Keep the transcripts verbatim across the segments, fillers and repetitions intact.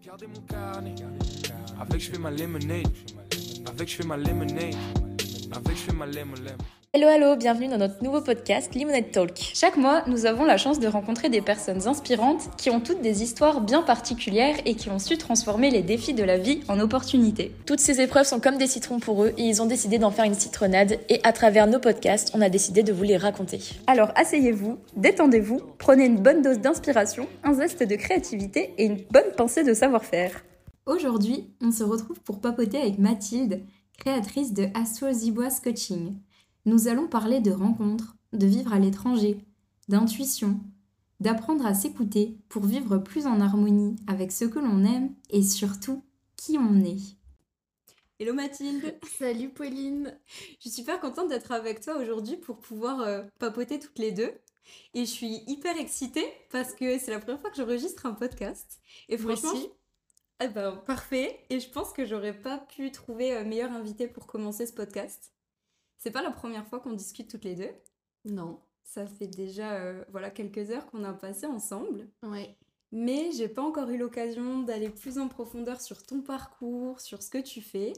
Regardez mon carnet. Avec je fais ma lemonade. Avec je fais ma lemonade. Avec je fais ma lemon lemon. Hello, hello, bienvenue dans notre nouveau podcast Lemonade Talk. Chaque mois, nous avons la chance de rencontrer des personnes inspirantes qui ont toutes des histoires bien particulières et qui ont su transformer les défis de la vie en opportunités. Toutes ces épreuves sont comme des citrons pour eux et ils ont décidé d'en faire une citronnade et à travers nos podcasts, on a décidé de vous les raconter. Alors asseyez-vous, détendez-vous, prenez une bonne dose d'inspiration, un zeste de créativité et une bonne pincée de savoir-faire. Aujourd'hui, on se retrouve pour papoter avec Mathilde, créatrice de Astro Ziboise Coaching. Nous allons parler de rencontres, de vivre à l'étranger, d'intuition, d'apprendre à s'écouter pour vivre plus en harmonie avec ce que l'on aime et surtout qui on est. Hello Mathilde. Salut Pauline. Je suis super contente d'être avec toi aujourd'hui pour pouvoir euh, papoter toutes les deux. Et je suis hyper excitée parce que c'est la première fois que j'enregistre un podcast. Et franchement, Moi aussi. je... eh ben, parfait. Et je pense que j'aurais pas pu trouver euh, meilleur invité pour commencer ce podcast. C'est pas la première fois qu'on discute toutes les deux. Non. Ça fait déjà euh, voilà, quelques heures qu'on a passé ensemble. Ouais. Mais j'ai pas encore eu l'occasion d'aller plus en profondeur sur ton parcours, sur ce que tu fais.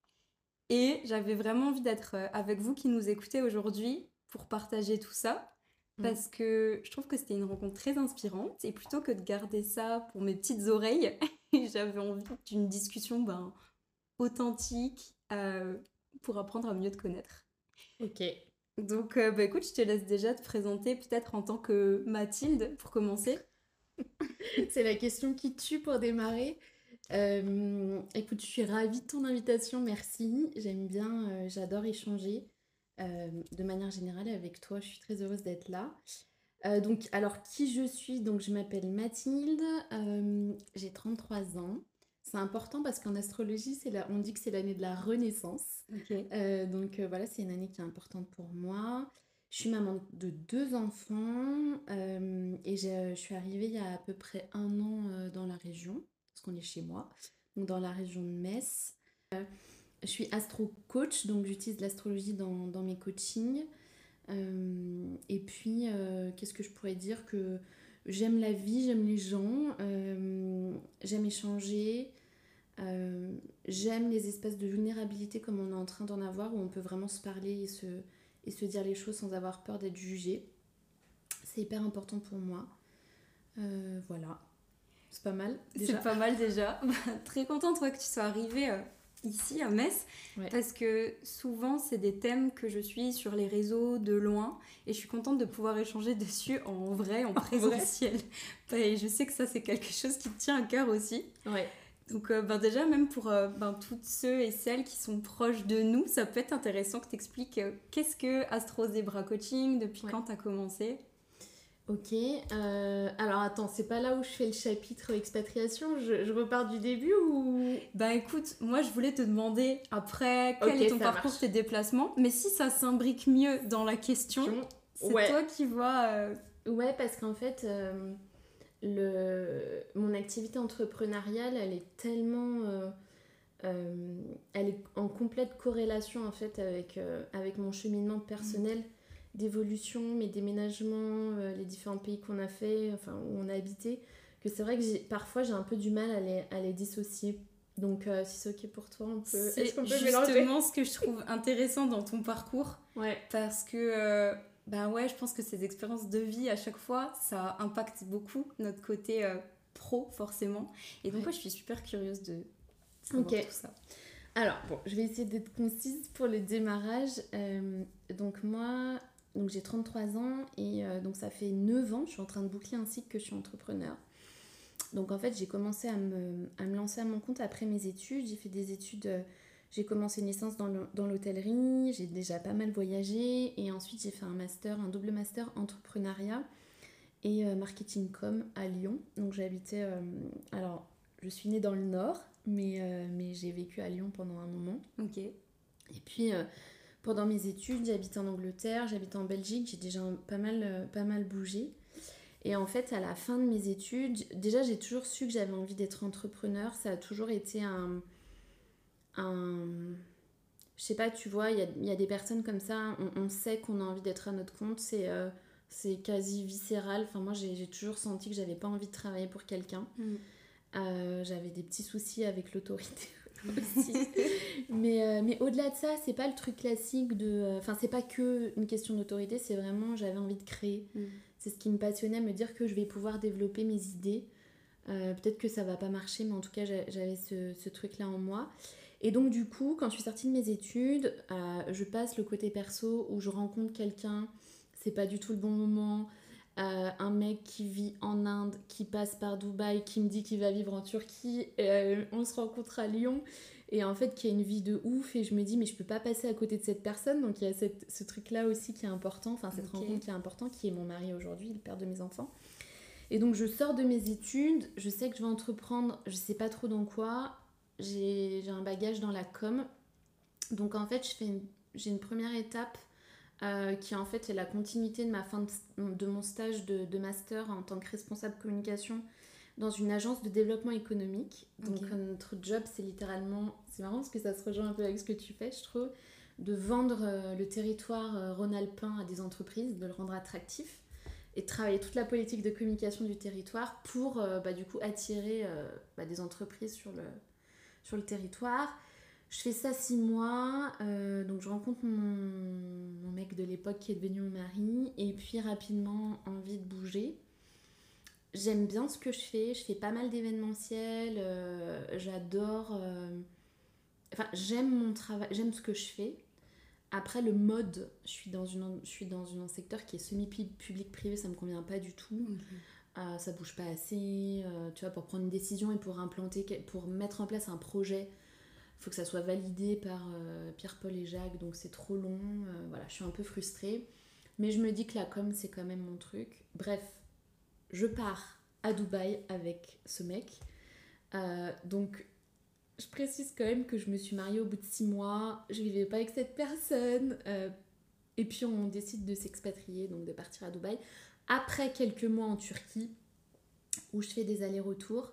Et j'avais vraiment envie d'être euh, avec vous qui nous écoutez aujourd'hui pour partager tout ça. Parce que je trouve que c'était une rencontre très inspirante. Et plutôt que de garder ça pour mes petites oreilles, j'avais envie d'une discussion ben, authentique euh, pour apprendre à mieux te connaître. Ok. Donc, euh, bah, écoute, je te laisse déjà te présenter peut-être en tant que Mathilde pour commencer. C'est la question qui tue pour démarrer. Euh, écoute, je suis ravie de ton invitation, merci. J'aime bien, euh, j'adore échanger euh, de manière générale avec toi. Je suis très heureuse d'être là. Euh, donc, alors, qui je suis? Donc, je m'appelle Mathilde, euh, j'ai trente-trois ans. C'est important parce qu'en astrologie, c'est la... on dit que c'est l'année de la renaissance. Ok. Euh, donc euh, voilà, c'est une année qui est importante pour moi. Je suis maman de deux enfants euh, et je suis arrivée il y a à peu près un an euh, dans la région, parce qu'on est chez moi, donc dans la région de Metz. Euh, je suis astro-coach, donc j'utilise l'astrologie dans, dans mes coachings. Euh, et puis, euh, qu'est-ce que je pourrais dire? Que j'aime la vie, j'aime les gens, euh, j'aime échanger. Euh, j'aime les espaces de vulnérabilité comme on est en train d'en avoir, où on peut vraiment se parler et se, et se dire les choses sans avoir peur d'être jugé. C'est hyper important pour moi. Euh, voilà. C'est pas mal déjà. C'est pas mal déjà. Très contente toi, que tu sois arrivée euh, ici à Metz. Ouais. Parce que souvent, c'est des thèmes que je suis sur les réseaux de loin. Et je suis contente de pouvoir échanger dessus en vrai, en présentiel. Et je sais que ça, c'est quelque chose qui te tient à cœur aussi. Ouais. Donc euh, ben déjà, même pour euh, ben, toutes ceux et celles qui sont proches de nous, ça peut être intéressant que tu expliques euh, qu'est-ce que Astro Zebra Coaching, depuis Ouais. quand tu as commencé. Ok, euh, alors attends, c'est pas là où je fais le chapitre expatriation, je, je repars du début ou... Ben écoute, moi je voulais te demander après quel Ok, est ton ça parcours, marche. tes déplacements, mais si ça s'imbrique mieux dans la question, c'est Ouais. toi qui vois... euh, Ouais, parce qu'en fait, euh, le... mon activité entrepreneuriale, elle est tellement... euh, euh, elle est en complète corrélation en fait avec, euh, avec mon cheminement personnel d'évolution, mes déménagements, euh, les différents pays qu'on a fait, enfin où on a habité, que c'est vrai que j'ai, parfois j'ai un peu du mal à les, à les dissocier. Donc euh, si c'est ok pour toi, on peut... C'est Est-ce qu'on peut mélanger? justement ce que je trouve intéressant dans ton parcours. Ouais. Parce que, euh, bah ouais, je pense que ces expériences de vie, à chaque fois, ça impacte beaucoup notre côté euh, pro, forcément. Et donc, Ouais. moi, je suis super curieuse de savoir Ok. tout ça. Alors, bon, je vais essayer d'être concise pour le démarrage. Euh, donc moi, donc j'ai trente-trois ans et euh, donc ça fait neuf ans, je suis en train de boucler un cycle que je suis entrepreneur. Donc en fait, j'ai commencé à me, à me lancer à mon compte après mes études. J'ai fait des études, euh, j'ai commencé une licence dans, le- dans l'hôtellerie, j'ai déjà pas mal voyagé et ensuite j'ai fait un master, un double master entrepreneuriat et euh, marketing com à Lyon. Donc j'habitais, euh, alors je suis née dans le nord, mais, euh, mais j'ai vécu à Lyon pendant un moment. Ok. Et puis euh, pendant mes études, j'habitais en Angleterre, j'habitais en Belgique, j'ai déjà pas mal, euh, pas mal bougé. Et en fait, à la fin de mes études, déjà j'ai toujours su que j'avais envie d'être entrepreneur. Ça a toujours été un... un... Je sais pas, tu vois, il y a, y a des personnes comme ça, on, on sait qu'on a envie d'être à notre compte, c'est, euh, c'est quasi viscéral. Enfin, moi j'ai, j'ai toujours senti que j'avais pas envie de travailler pour quelqu'un. Mm. Euh, j'avais des petits soucis avec l'autorité aussi. mais, euh, mais au-delà de ça, c'est pas le truc classique de... Enfin, euh, c'est pas que une question d'autorité, c'est vraiment j'avais envie de créer. Mm. C'est ce qui me passionnait, me dire que je vais pouvoir développer mes idées. Euh, peut-être que ça va pas marcher, mais en tout cas, j'avais ce, ce truc-là en moi. Et donc, du coup, quand je suis sortie de mes études, euh, je passe le côté perso où je rencontre quelqu'un, c'est pas du tout le bon moment. Euh, un mec qui vit en Inde, qui passe par Dubaï, qui me dit qu'il va vivre en Turquie, et, euh, on se rencontre à Lyon, et en fait qui a une vie de ouf, et je me dis mais je peux pas passer à côté de cette personne, donc il y a cette, ce truc là aussi qui est important, enfin cette okay. rencontre qui est importante, qui est mon mari aujourd'hui, le père de mes enfants. Et donc je sors de mes études, je sais que je vais entreprendre, je sais pas trop dans quoi, j'ai, j'ai un bagage dans la com, donc en fait je fais une, j'ai une première étape Euh, qui en fait est la continuité de ma fin de, de mon stage de, de master en tant que responsable communication dans une agence de développement économique. Donc okay. notre job c'est littéralement, c'est marrant parce que ça se rejoint un peu avec ce que tu fais je trouve, de vendre euh, le territoire euh, rhône-alpin à des entreprises, de le rendre attractif et de travailler toute la politique de communication du territoire pour euh, bah, du coup attirer euh, bah, des entreprises sur le, sur le territoire. Je fais ça six mois, euh, donc je rencontre mon, mon mec de l'époque qui est devenu mon mari, et puis rapidement envie de bouger. J'aime bien ce que je fais, je fais pas mal d'événementiel, euh, j'adore... Euh... Enfin, j'aime mon travail, j'aime ce que je fais. Après, le mode, je suis dans, une, je suis dans une, un secteur qui est semi-public-privé, ça me convient pas du tout. Okay. Euh, ça bouge pas assez, euh, tu vois, pour prendre une décision et pour implanter, pour mettre en place un projet... Il faut que ça soit validé par euh, Pierre, Paul et Jacques, donc c'est trop long. Euh, voilà, je suis un peu frustrée. Mais je me dis que la com, c'est quand même mon truc. Bref, je pars à Dubaï avec ce mec. Euh, donc, je précise quand même que je me suis mariée au bout de six mois. Je vivais pas avec cette personne. Euh, et puis, on décide de s'expatrier, donc de partir à Dubaï. Après quelques mois en Turquie, où je fais des allers-retours.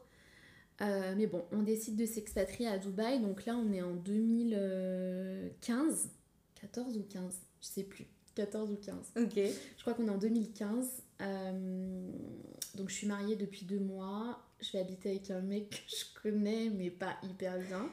Euh, mais bon, on décide de s'expatrier à Dubaï, donc là on est en deux mille quinze, quatorze ou quinze, je sais plus, quatorze ou quinze. Ok. Je crois qu'on est en deux mille quinze, euh, donc je suis mariée depuis deux mois, je vais habiter avec un mec que je connais mais pas hyper bien.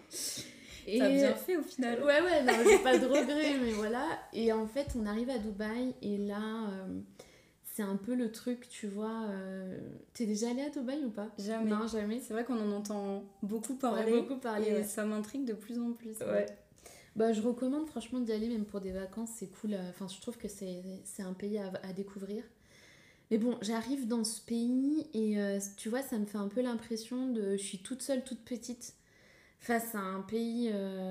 Et t'as bien fait au final. Ouais, ouais, non, j'ai pas de regrets, mais voilà. Et en fait, on arrive à Dubaï et là... Euh, c'est un peu le truc, tu vois... Euh... T'es déjà allée à Dubaï ou pas ? Jamais. Non, jamais. C'est vrai qu'on en entend beaucoup parler. Ouais, beaucoup parler, et ouais. ça m'intrigue de plus en plus. Ouais. ouais. Bah, je recommande franchement d'y aller, même pour des vacances, c'est cool. Enfin, je trouve que c'est, c'est un pays à, à découvrir. Mais bon, j'arrive dans ce pays et euh, tu vois, ça me fait un peu l'impression de... Je suis toute seule, toute petite, face à un pays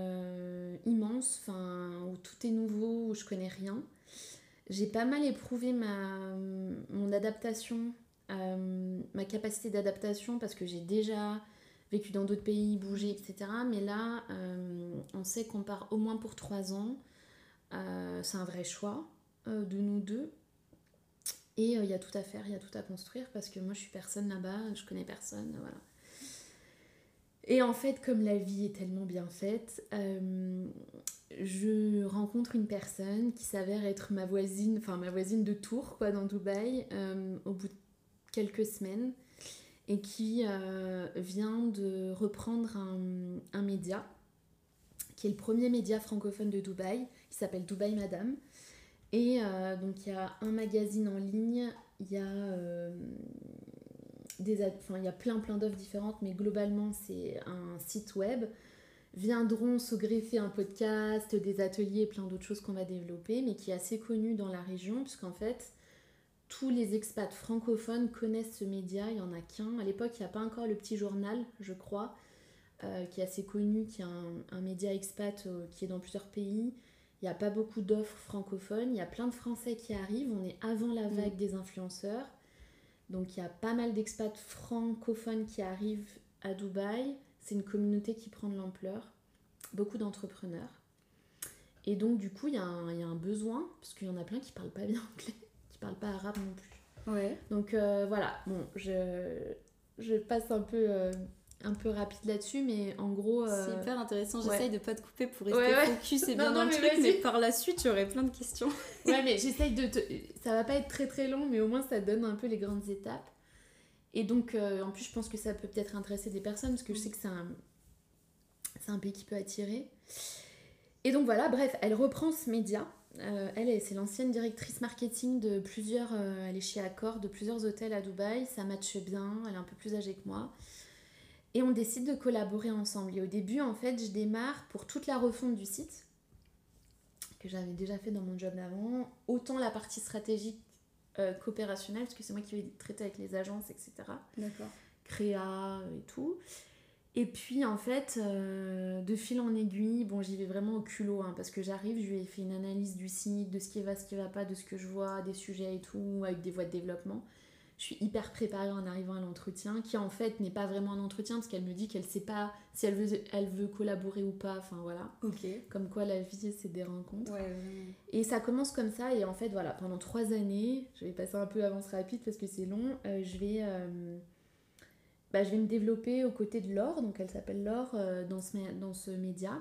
euh, immense, où tout est nouveau, où je connais rien. J'ai pas mal éprouvé ma, mon adaptation, euh, ma capacité d'adaptation parce que j'ai déjà vécu dans d'autres pays, bougé, et cetera. Mais là, euh, on sait qu'on part au moins pour trois ans. Euh, c'est un vrai choix euh, de nous deux. Et il euh, y a tout à faire, il y a tout à construire parce que moi, je suis personne là-bas, je connais personne, voilà. Et en fait, comme la vie est tellement bien faite, euh, je rencontre une personne qui s'avère être ma voisine, enfin ma voisine de Tours, quoi, dans Dubaï, euh, au bout de quelques semaines, et qui euh, vient de reprendre un, un média, qui est le premier média francophone de Dubaï, qui s'appelle Dubaï Madame. Et euh, donc il y a un magazine en ligne, il y a... Euh, Des ad... enfin, il y a plein plein d'offres différentes, mais globalement c'est un site web. Viendront se greffer un podcast, des ateliers, plein d'autres choses qu'on va développer, mais qui est assez connu dans la région, puisqu'en fait tous les expats francophones connaissent ce média, il n'y en a qu'un. À l'époque, il n'y a pas encore le petit journal, je crois, euh, qui est assez connu, qui est un, un média expat euh, qui est dans plusieurs pays. Il n'y a pas beaucoup d'offres francophones, il y a plein de Français qui arrivent, on est avant la vague mmh. des influenceurs. Donc il y a pas mal d'expats francophones qui arrivent à Dubaï. C'est une communauté qui prend de l'ampleur. Beaucoup d'entrepreneurs. Et donc du coup, il y a un, il y a un besoin, parce qu'il y en a plein qui parlent pas bien anglais, qui parlent pas arabe non plus. Ouais. Donc euh, voilà, bon, je, je passe un peu, euh, un peu rapide là-dessus, mais en gros... Euh... C'est hyper intéressant, ouais. j'essaye de pas te couper pour rester ouais, ouais. focus et bien non, dans non, le mais truc, vas-y. mais par la suite, j'aurais plein de questions. Ouais, mais j'essaye de... Te... Ça va pas être très très long, mais au moins ça donne un peu les grandes étapes. Et donc, euh, en plus, je pense que ça peut peut-être intéresser des personnes, parce que je sais que c'est un, c'est un pays qui peut attirer. Et donc voilà, bref, elle reprend ce média. Euh, elle, c'est l'ancienne directrice marketing de plusieurs... Euh, elle est chez Accor, de plusieurs hôtels à Dubaï. Ça matche bien, elle est un peu plus âgée que moi. Et on décide de collaborer ensemble. Et au début, en fait, je démarre pour toute la refonte du site, que j'avais déjà fait dans mon job d'avant. Autant la partie stratégique euh, qu'opérationnelle, parce que c'est moi qui vais traiter avec les agences, et cetera. D'accord. Créa et tout. Et puis en fait, euh, de fil en aiguille, bon j'y vais vraiment au culot, hein, parce que j'arrive, je lui ai fait une analyse du site, de ce qui va, ce qui va pas, de ce que je vois, des sujets et tout, avec des voies de développement. Je suis hyper préparée en arrivant à l'entretien, qui en fait n'est pas vraiment un entretien, parce qu'elle me dit qu'elle sait pas si elle veut, elle veut collaborer ou pas, enfin voilà. Ok. Comme quoi la vie c'est des rencontres. Ouais, vraiment. Et ça commence comme ça, et en fait voilà, pendant trois années, je vais passer un peu avance rapide parce que c'est long, euh, je vais... Euh, Bah, je vais me développer aux côtés de Laure, donc elle s'appelle Laure euh, dans, ce, dans ce média.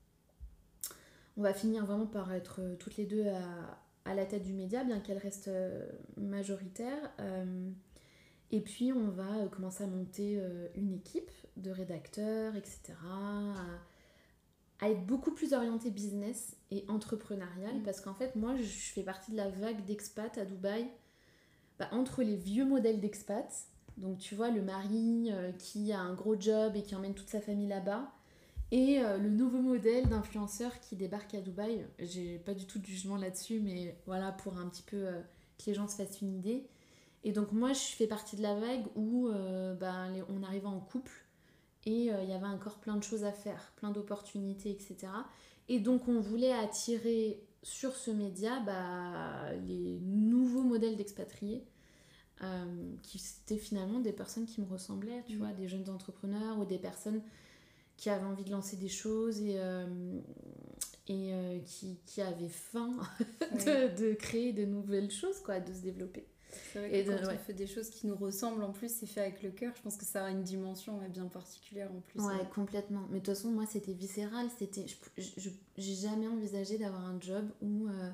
On va finir vraiment par être euh, toutes les deux à, à la tête du média, bien qu'elle reste euh, majoritaire. Euh, et puis on va euh, commencer à monter euh, une équipe de rédacteurs, et cetera. À, à être beaucoup plus orientée business et entrepreneuriale, mmh. parce qu'en fait, moi, je fais partie de la vague d'expats à Dubaï, bah, entre les vieux modèles d'expats. Donc tu vois, le mari euh, qui a un gros job et qui emmène toute sa famille là-bas, et euh, le nouveau modèle d'influenceur qui débarque à Dubaï. J'ai pas du tout de jugement là-dessus, mais voilà, pour un petit peu euh, que les gens se fassent une idée. Et donc moi, je fais partie de la vague où euh, bah, les, on arrivait en couple, et il euh, y avait encore plein de choses à faire, plein d'opportunités, et cetera. Et donc on voulait attirer sur ce média bah, les nouveaux modèles d'expatriés, Euh, qui étaient finalement des personnes qui me ressemblaient, tu mmh. vois, des jeunes entrepreneurs ou des personnes qui avaient envie de lancer des choses et, euh, et euh, qui, qui avaient faim de, oui. de créer de nouvelles choses, quoi, de se développer. C'est vrai que et quand de, on ouais. fait des choses qui nous ressemblent, en plus, c'est fait avec le cœur, je pense que ça a une dimension ouais, bien particulière en plus. Ouais, ouais. complètement. Mais de toute façon, moi, c'était viscéral. C'était, je, je, j'ai jamais envisagé d'avoir un job où... Euh,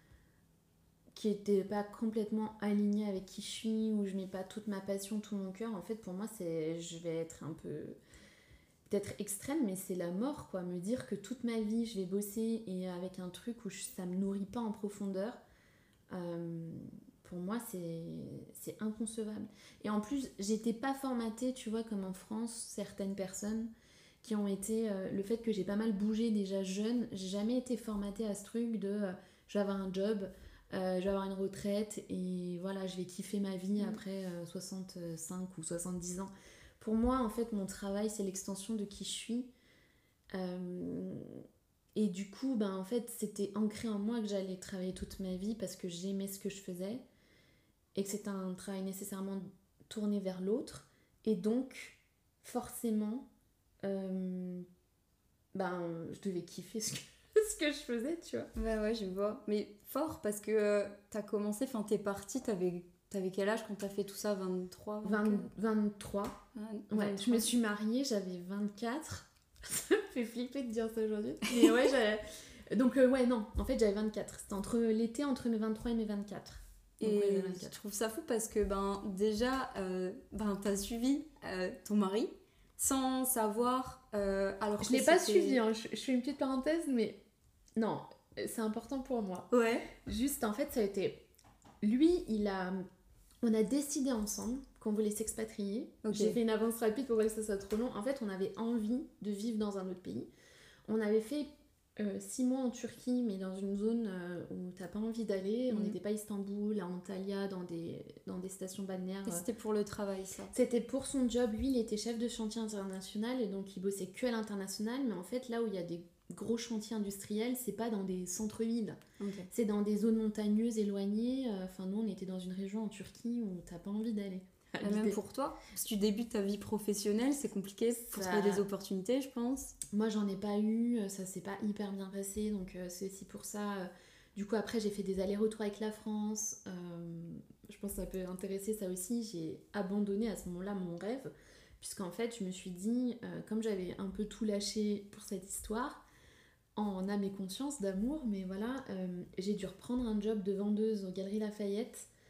qui était pas complètement alignée avec qui je suis, où je mets pas toute ma passion, tout mon cœur. En fait, pour moi, c'est, je vais être un peu peut-être extrême, mais c'est la mort, quoi. Me dire que toute ma vie, je vais bosser et avec un truc où je, ça me nourrit pas en profondeur, euh, pour moi, c'est, c'est inconcevable. Et en plus, j'étais pas formatée, tu vois, comme en France, certaines personnes qui ont été... Euh, le fait que j'ai pas mal bougé déjà jeune, j'ai jamais été formatée à ce truc de euh, je vais avoir un job... Euh, je vais avoir une retraite et voilà, je vais kiffer ma vie mmh. après euh, soixante-cinq ou soixante-dix ans. Pour moi, en fait, mon travail, c'est l'extension de qui je suis. Euh, et du coup, ben, en fait, c'était ancré en moi que j'allais travailler toute ma vie parce que j'aimais ce que je faisais et que c'était un travail nécessairement tourné vers l'autre. Et donc, forcément, euh, ben, je devais kiffer ce que... ce que je faisais, tu vois. Bah ouais, je vois. Mais fort, parce que euh, t'as commencé, enfin t'es partie, t'avais, t'avais quel âge quand t'as fait tout ça? vingt-trois vingt, vingt-trois. Ah, ouais, vingt-trois. Je me suis mariée, j'avais vingt-quatre. Ça me fait flipper de dire ça aujourd'hui. Mais ouais, j'avais... Donc euh, ouais, non, en fait j'avais vingt-quatre. C'était entre l'été, entre mes vingt-trois et mes vingt-quatre. Donc, et ouais, vingt-quatre. Je trouve ça fou parce que ben, déjà, euh, ben, t'as suivi euh, ton mari sans savoir... Euh, alors je l'ai pas suivi, hein. je, je fais une petite parenthèse, mais... Non, c'est important pour moi. Ouais. Juste, en fait, ça a été... Lui, il a... On a décidé ensemble qu'on voulait s'expatrier. Okay. J'ai fait une avance rapide pour pas que ça soit trop long. En fait, on avait envie de vivre dans un autre pays. On avait fait euh, six mois en Turquie, mais dans une zone euh, où t'as pas envie d'aller. Mmh. On n'était pas à Istanbul, à Antalya, dans des, dans des stations balnéaires. Et c'était pour le travail, ça? C'était pour son job. Lui, il était chef de chantier international, et donc il bossait que à l'international. Mais en fait, là où il y a des gros chantiers industriels, c'est pas dans des centres-villes. Okay. C'est dans des zones montagneuses éloignées. Enfin, nous, on était dans une région en Turquie où t'as pas envie d'aller. Même pour toi, parce que tu débutes ta vie professionnelle, c'est compliqué pour ça... trouver des opportunités, je pense. Moi, j'en ai pas eu, ça s'est pas hyper bien passé, donc euh, c'est aussi pour ça. Euh, du coup, après, j'ai fait des allers-retours avec la France. Euh, je pense que ça peut intéresser ça aussi. J'ai abandonné à ce moment-là mon rêve, puisqu'en fait, je me suis dit, euh, comme j'avais un peu tout lâché pour cette histoire, en âme et conscience d'amour, mais voilà, euh, j'ai dû reprendre un job de vendeuse aux Galeries Lafayette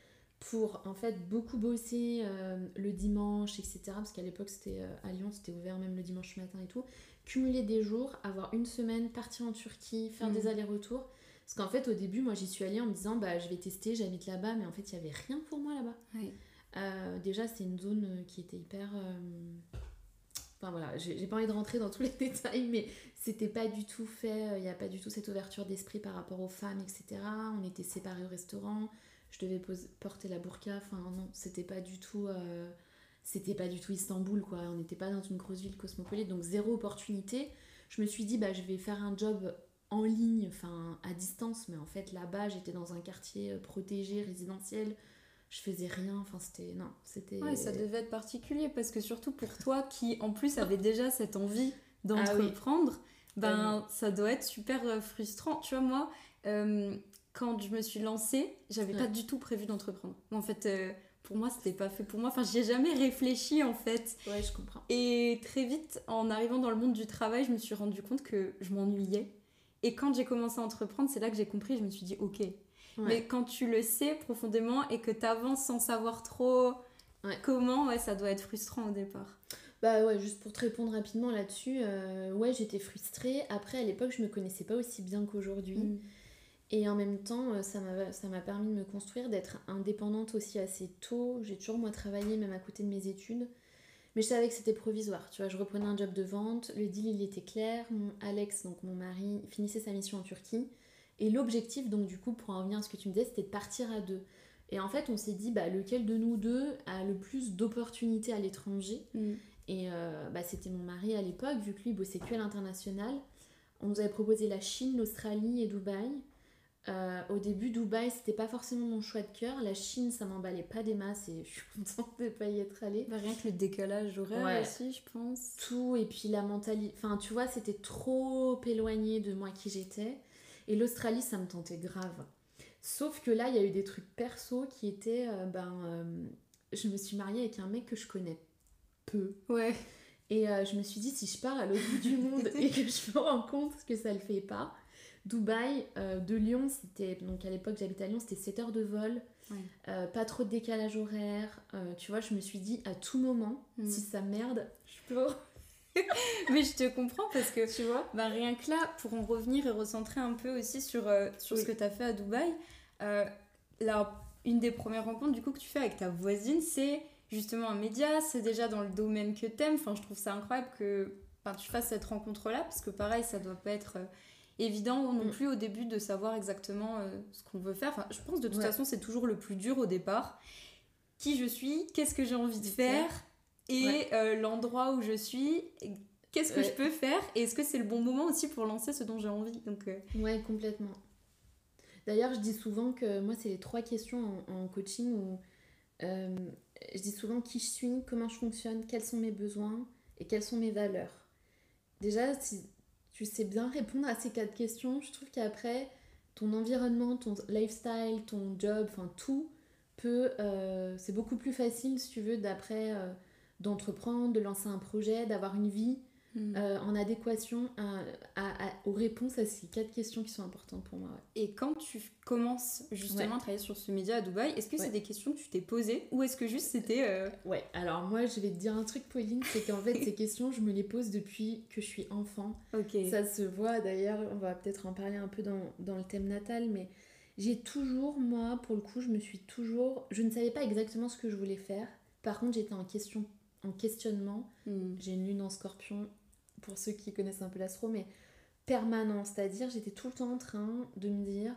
pour en fait beaucoup bosser euh, le dimanche, et cetera. Parce qu'à l'époque, c'était euh, à Lyon, c'était ouvert même le dimanche matin et tout. Cumuler des jours, avoir une semaine, partir en Turquie, faire mmh. des allers-retours. Parce qu'en fait, au début, moi, j'y suis allée en me disant, bah, je vais tester, j'habite là-bas. Mais en fait, il n'y avait rien pour moi là-bas. Oui. Euh, déjà, c'est une zone qui était hyper... Euh... Enfin voilà, j'ai, j'ai pas envie de rentrer dans tous les détails, mais c'était pas du tout fait, il n'y a pas du tout cette ouverture d'esprit par rapport aux femmes, et cetera. On était séparés au restaurant, je devais pose, porter la burqa, enfin non, c'était pas du tout... Euh, c'était pas du tout Istanbul, quoi. On n'était pas dans une grosse ville cosmopolite, donc zéro opportunité. Je me suis dit, bah je vais faire un job en ligne, enfin à distance, mais en fait là-bas, j'étais dans un quartier protégé, résidentiel. Je faisais rien, enfin c'était... Non, c'était... Ouais, ça devait être particulier, parce que surtout pour toi, qui en plus avait déjà cette envie d'entreprendre, ah oui. ben euh... ça doit être super frustrant. Tu vois, moi, euh, quand je me suis lancée, j'avais ouais. pas du tout prévu d'entreprendre. En fait, euh, pour moi, c'était pas fait pour moi. Enfin, j'y ai jamais réfléchi, en fait. Ouais, je comprends. Et très vite, en arrivant dans le monde du travail, je me suis rendu compte que je m'ennuyais. Et quand j'ai commencé à entreprendre, c'est là que j'ai compris, je me suis dit, ok... Ouais. Mais quand tu le sais profondément et que tu avances sans savoir trop ouais. comment, ouais, ça doit être frustrant au départ. Bah ouais, juste pour te répondre rapidement là-dessus, euh, ouais, j'étais frustrée. Après, à l'époque, je me connaissais pas aussi bien qu'aujourd'hui. Mmh. Et en même temps, ça m'a, ça m'a permis de me construire, d'être indépendante aussi assez tôt. J'ai toujours, moi, travaillé, même à côté de mes études. Mais je savais que c'était provisoire. Tu vois, je reprenais un job de vente, le deal, il était clair. Mon Alex, donc mon mari, finissait sa mission en Turquie. Et l'objectif, donc du coup, pour en revenir à ce que tu me disais, c'était de partir à deux. Et en fait, on s'est dit, bah, lequel de nous deux a le plus d'opportunités à l'étranger mmh. Et euh, bah, c'était mon mari à l'époque, vu que lui bossait que à l'international. On nous avait proposé la Chine, l'Australie et Dubaï. Euh, au début, Dubaï, c'était pas forcément mon choix de cœur. La Chine, ça m'emballait pas des masses et je suis contente de pas y être allée. Bah, rien que le décalage horaire ouais. aussi, je pense. Tout, et puis la mentalité... Enfin, tu vois, c'était trop éloigné de moi qui j'étais. Et l'Australie, ça me tentait grave. Sauf que là, il y a eu des trucs perso qui étaient... Euh, ben, euh, je me suis mariée avec un mec que je connais peu. Ouais. Et euh, je me suis dit, si je pars à l'autre bout du monde et que je me rends compte que ça le fait pas... Dubaï, euh, de Lyon, c'était... Donc à l'époque, j'habitais à Lyon, c'était sept heures de vol. Ouais. Euh, pas trop de décalage horaire. Euh, tu vois, je me suis dit, à tout moment, mmh. si ça merde, je peux... Mais je te comprends parce que tu vois, bah rien que là, pour en revenir et recentrer un peu aussi sur, euh, sur oui. ce que tu as fait à Dubaï, euh, là, une des premières rencontres du coup que tu fais avec ta voisine, c'est justement un média, c'est déjà dans le domaine que t'aimes. Enfin, je trouve ça incroyable que enfin, tu fasses cette rencontre-là parce que pareil, ça doit pas être euh, évident non plus au début de savoir exactement euh, ce qu'on veut faire. Enfin, je pense de toute ouais. façon, c'est toujours le plus dur au départ. Qui je suis, qu'est-ce que j'ai envie de faire et ouais. euh, l'endroit où je suis, qu'est-ce que ouais. je peux faire et est-ce que c'est le bon moment aussi pour lancer ce dont j'ai envie. Donc, euh... ouais, complètement. D'ailleurs, je dis souvent que moi, c'est les trois questions en, en coaching où euh, je dis souvent qui je suis, comment je fonctionne, quels sont mes besoins et quelles sont mes valeurs. Déjà, si tu sais bien répondre à ces quatre questions, je trouve qu'après, ton environnement, ton lifestyle, ton job, enfin tout peut... Euh, c'est beaucoup plus facile, si tu veux, d'après... Euh, d'entreprendre, de lancer un projet, d'avoir une vie mmh. euh, en adéquation à, à, à, aux réponses à ces quatre questions qui sont importantes pour moi. Ouais. Et quand tu commences justement ouais. à travailler sur ce média à Dubaï, est-ce que ouais. c'est des questions que tu t'es posées ou est-ce que juste c'était... Euh... Ouais, alors moi je vais te dire un truc Pauline, c'est qu'en fait ces questions je me les pose depuis que je suis enfant. Okay. Ça se voit d'ailleurs, on va peut-être en parler un peu dans, dans le thème natal, mais j'ai toujours, moi pour le coup, je me suis toujours... Je ne savais pas exactement ce que je voulais faire. Par contre j'étais en question en questionnement, mmh. j'ai une lune en scorpion, pour ceux qui connaissent un peu l'astro, mais permanent, c'est-à-dire j'étais tout le temps en train de me dire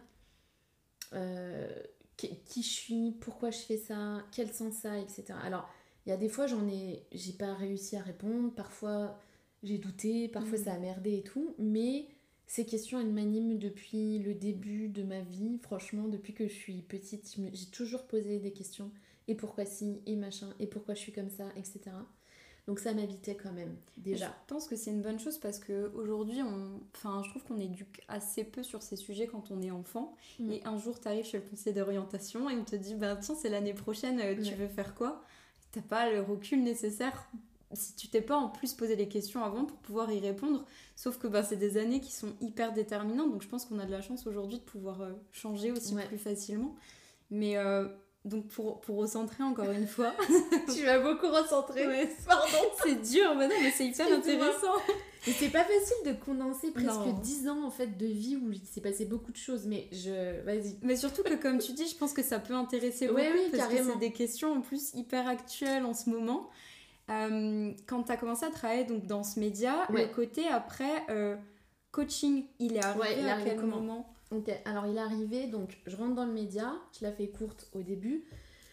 euh, qui, qui je suis, pourquoi je fais ça, quel sens ça, et cetera. Alors, il y a des fois, j'en ai, j'ai pas réussi à répondre, parfois j'ai douté, parfois mmh. ça a merdé et tout, mais ces questions, elles m'animent depuis le début de ma vie, franchement, depuis que je suis petite, j'ai toujours posé des questions. Et pourquoi si, et machin, et pourquoi je suis comme ça, et cetera. Donc ça m'habitait quand même, déjà. Je pense que c'est une bonne chose parce qu'aujourd'hui, on... enfin, je trouve qu'on éduque assez peu sur ces sujets quand on est enfant. Mmh. Et un jour, tu arrives chez le conseiller d'orientation et on te dit, bah, tiens, c'est l'année prochaine, tu ouais. veux faire quoi ? T'as pas le recul nécessaire si tu t'es pas en plus posé les questions avant pour pouvoir y répondre. Sauf que bah, c'est des années qui sont hyper déterminantes. Donc je pense qu'on a de la chance aujourd'hui de pouvoir euh, changer aussi ouais. plus facilement. Mais... Euh, donc pour, pour recentrer encore une fois... Tu vas beaucoup recentrer. Ouais. Pardon. C'est dur, mais non, mais c'est hyper intéressant. Et c'est pas facile de condenser presque Non. dix ans en fait de vie où il s'est passé beaucoup de choses, mais je... Vas-y. Mais surtout que comme tu dis, je pense que ça peut intéresser Ouais, beaucoup oui, parce carrément. que c'est des questions en plus hyper actuelles en ce moment. Euh, quand tu as commencé à travailler donc, dans ce média, Ouais. le côté après euh, coaching, il est arrivé Ouais, il est à arrivé quel comment moment? Ok, alors il est arrivé, donc je rentre dans le média, je la fais courte au début.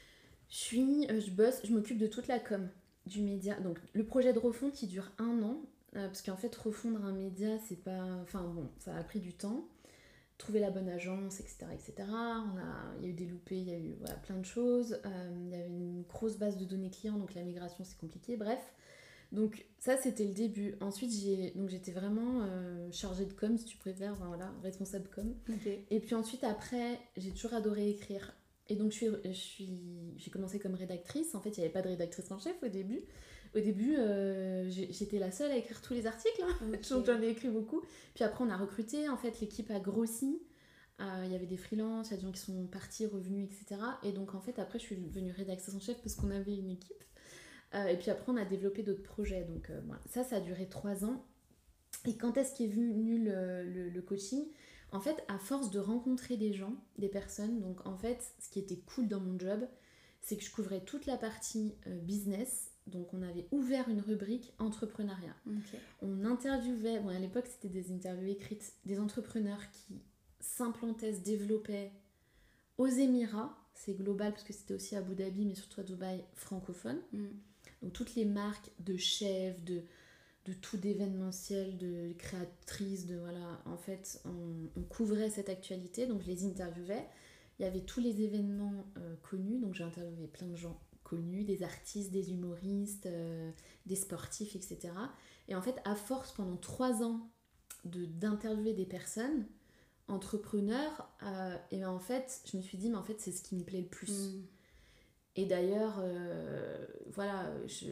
Je suis, euh, je bosse, je m'occupe de toute la com du média. Donc le projet de refonte qui dure un an, euh, parce qu'en fait refondre un média, c'est pas... Enfin bon, ça a pris du temps. Trouver la bonne agence, et cetera et cetera. On a, il y a eu des loupés, il y a eu voilà, plein de choses. Euh, il y avait une grosse base de données clients, donc la migration c'est compliqué, bref. Donc ça c'était le début. Ensuite j'ai, donc, j'étais vraiment euh, chargée de com, si tu préfères, enfin, voilà, responsable com. Okay. Et puis ensuite après, j'ai toujours adoré écrire. Et donc je suis, je suis, j'ai commencé comme rédactrice. En fait il n'y avait pas de rédactrice en chef au début. Au début euh, j'étais la seule à écrire tous les articles. Okay. Donc j'en ai écrit beaucoup. Puis après on a recruté, en fait l'équipe a grossi. Il euh, y avait des freelances, il y a des gens qui sont partis, revenus, et cetera. Et donc en fait après je suis devenue rédactrice en chef parce qu'on avait une équipe. Euh, et puis après on a développé d'autres projets. Donc euh, voilà. Ça, ça a duré trois ans. Et quand est-ce qu'est venu le, le, le coaching ? En fait, à force de rencontrer des gens, des personnes, donc en fait, ce qui était cool dans mon job, c'est que je couvrais toute la partie euh, business. Donc on avait ouvert une rubrique entrepreneuriat. Okay. On interviewait, bon à l'époque c'était des interviews écrites, des entrepreneurs qui s'implantaient, se développaient aux Émirats, c'est global parce que c'était aussi à Abu Dhabi, mais surtout à Dubaï, francophone. Mm. Donc toutes les marques de chefs, de... de tout d'événementiel, de créatrices, de voilà, en fait, on, on couvrait cette actualité, donc je les interviewais. Il y avait tous les événements euh, connus, donc j'ai interviewé plein de gens connus, des artistes, des humoristes, euh, des sportifs, et cetera. Et en fait, à force, pendant trois ans de, d'interviewer des personnes, entrepreneurs, euh, et ben en fait, je me suis dit, mais en fait, c'est ce qui me plaît le plus. Mmh. Et d'ailleurs, euh, voilà, je...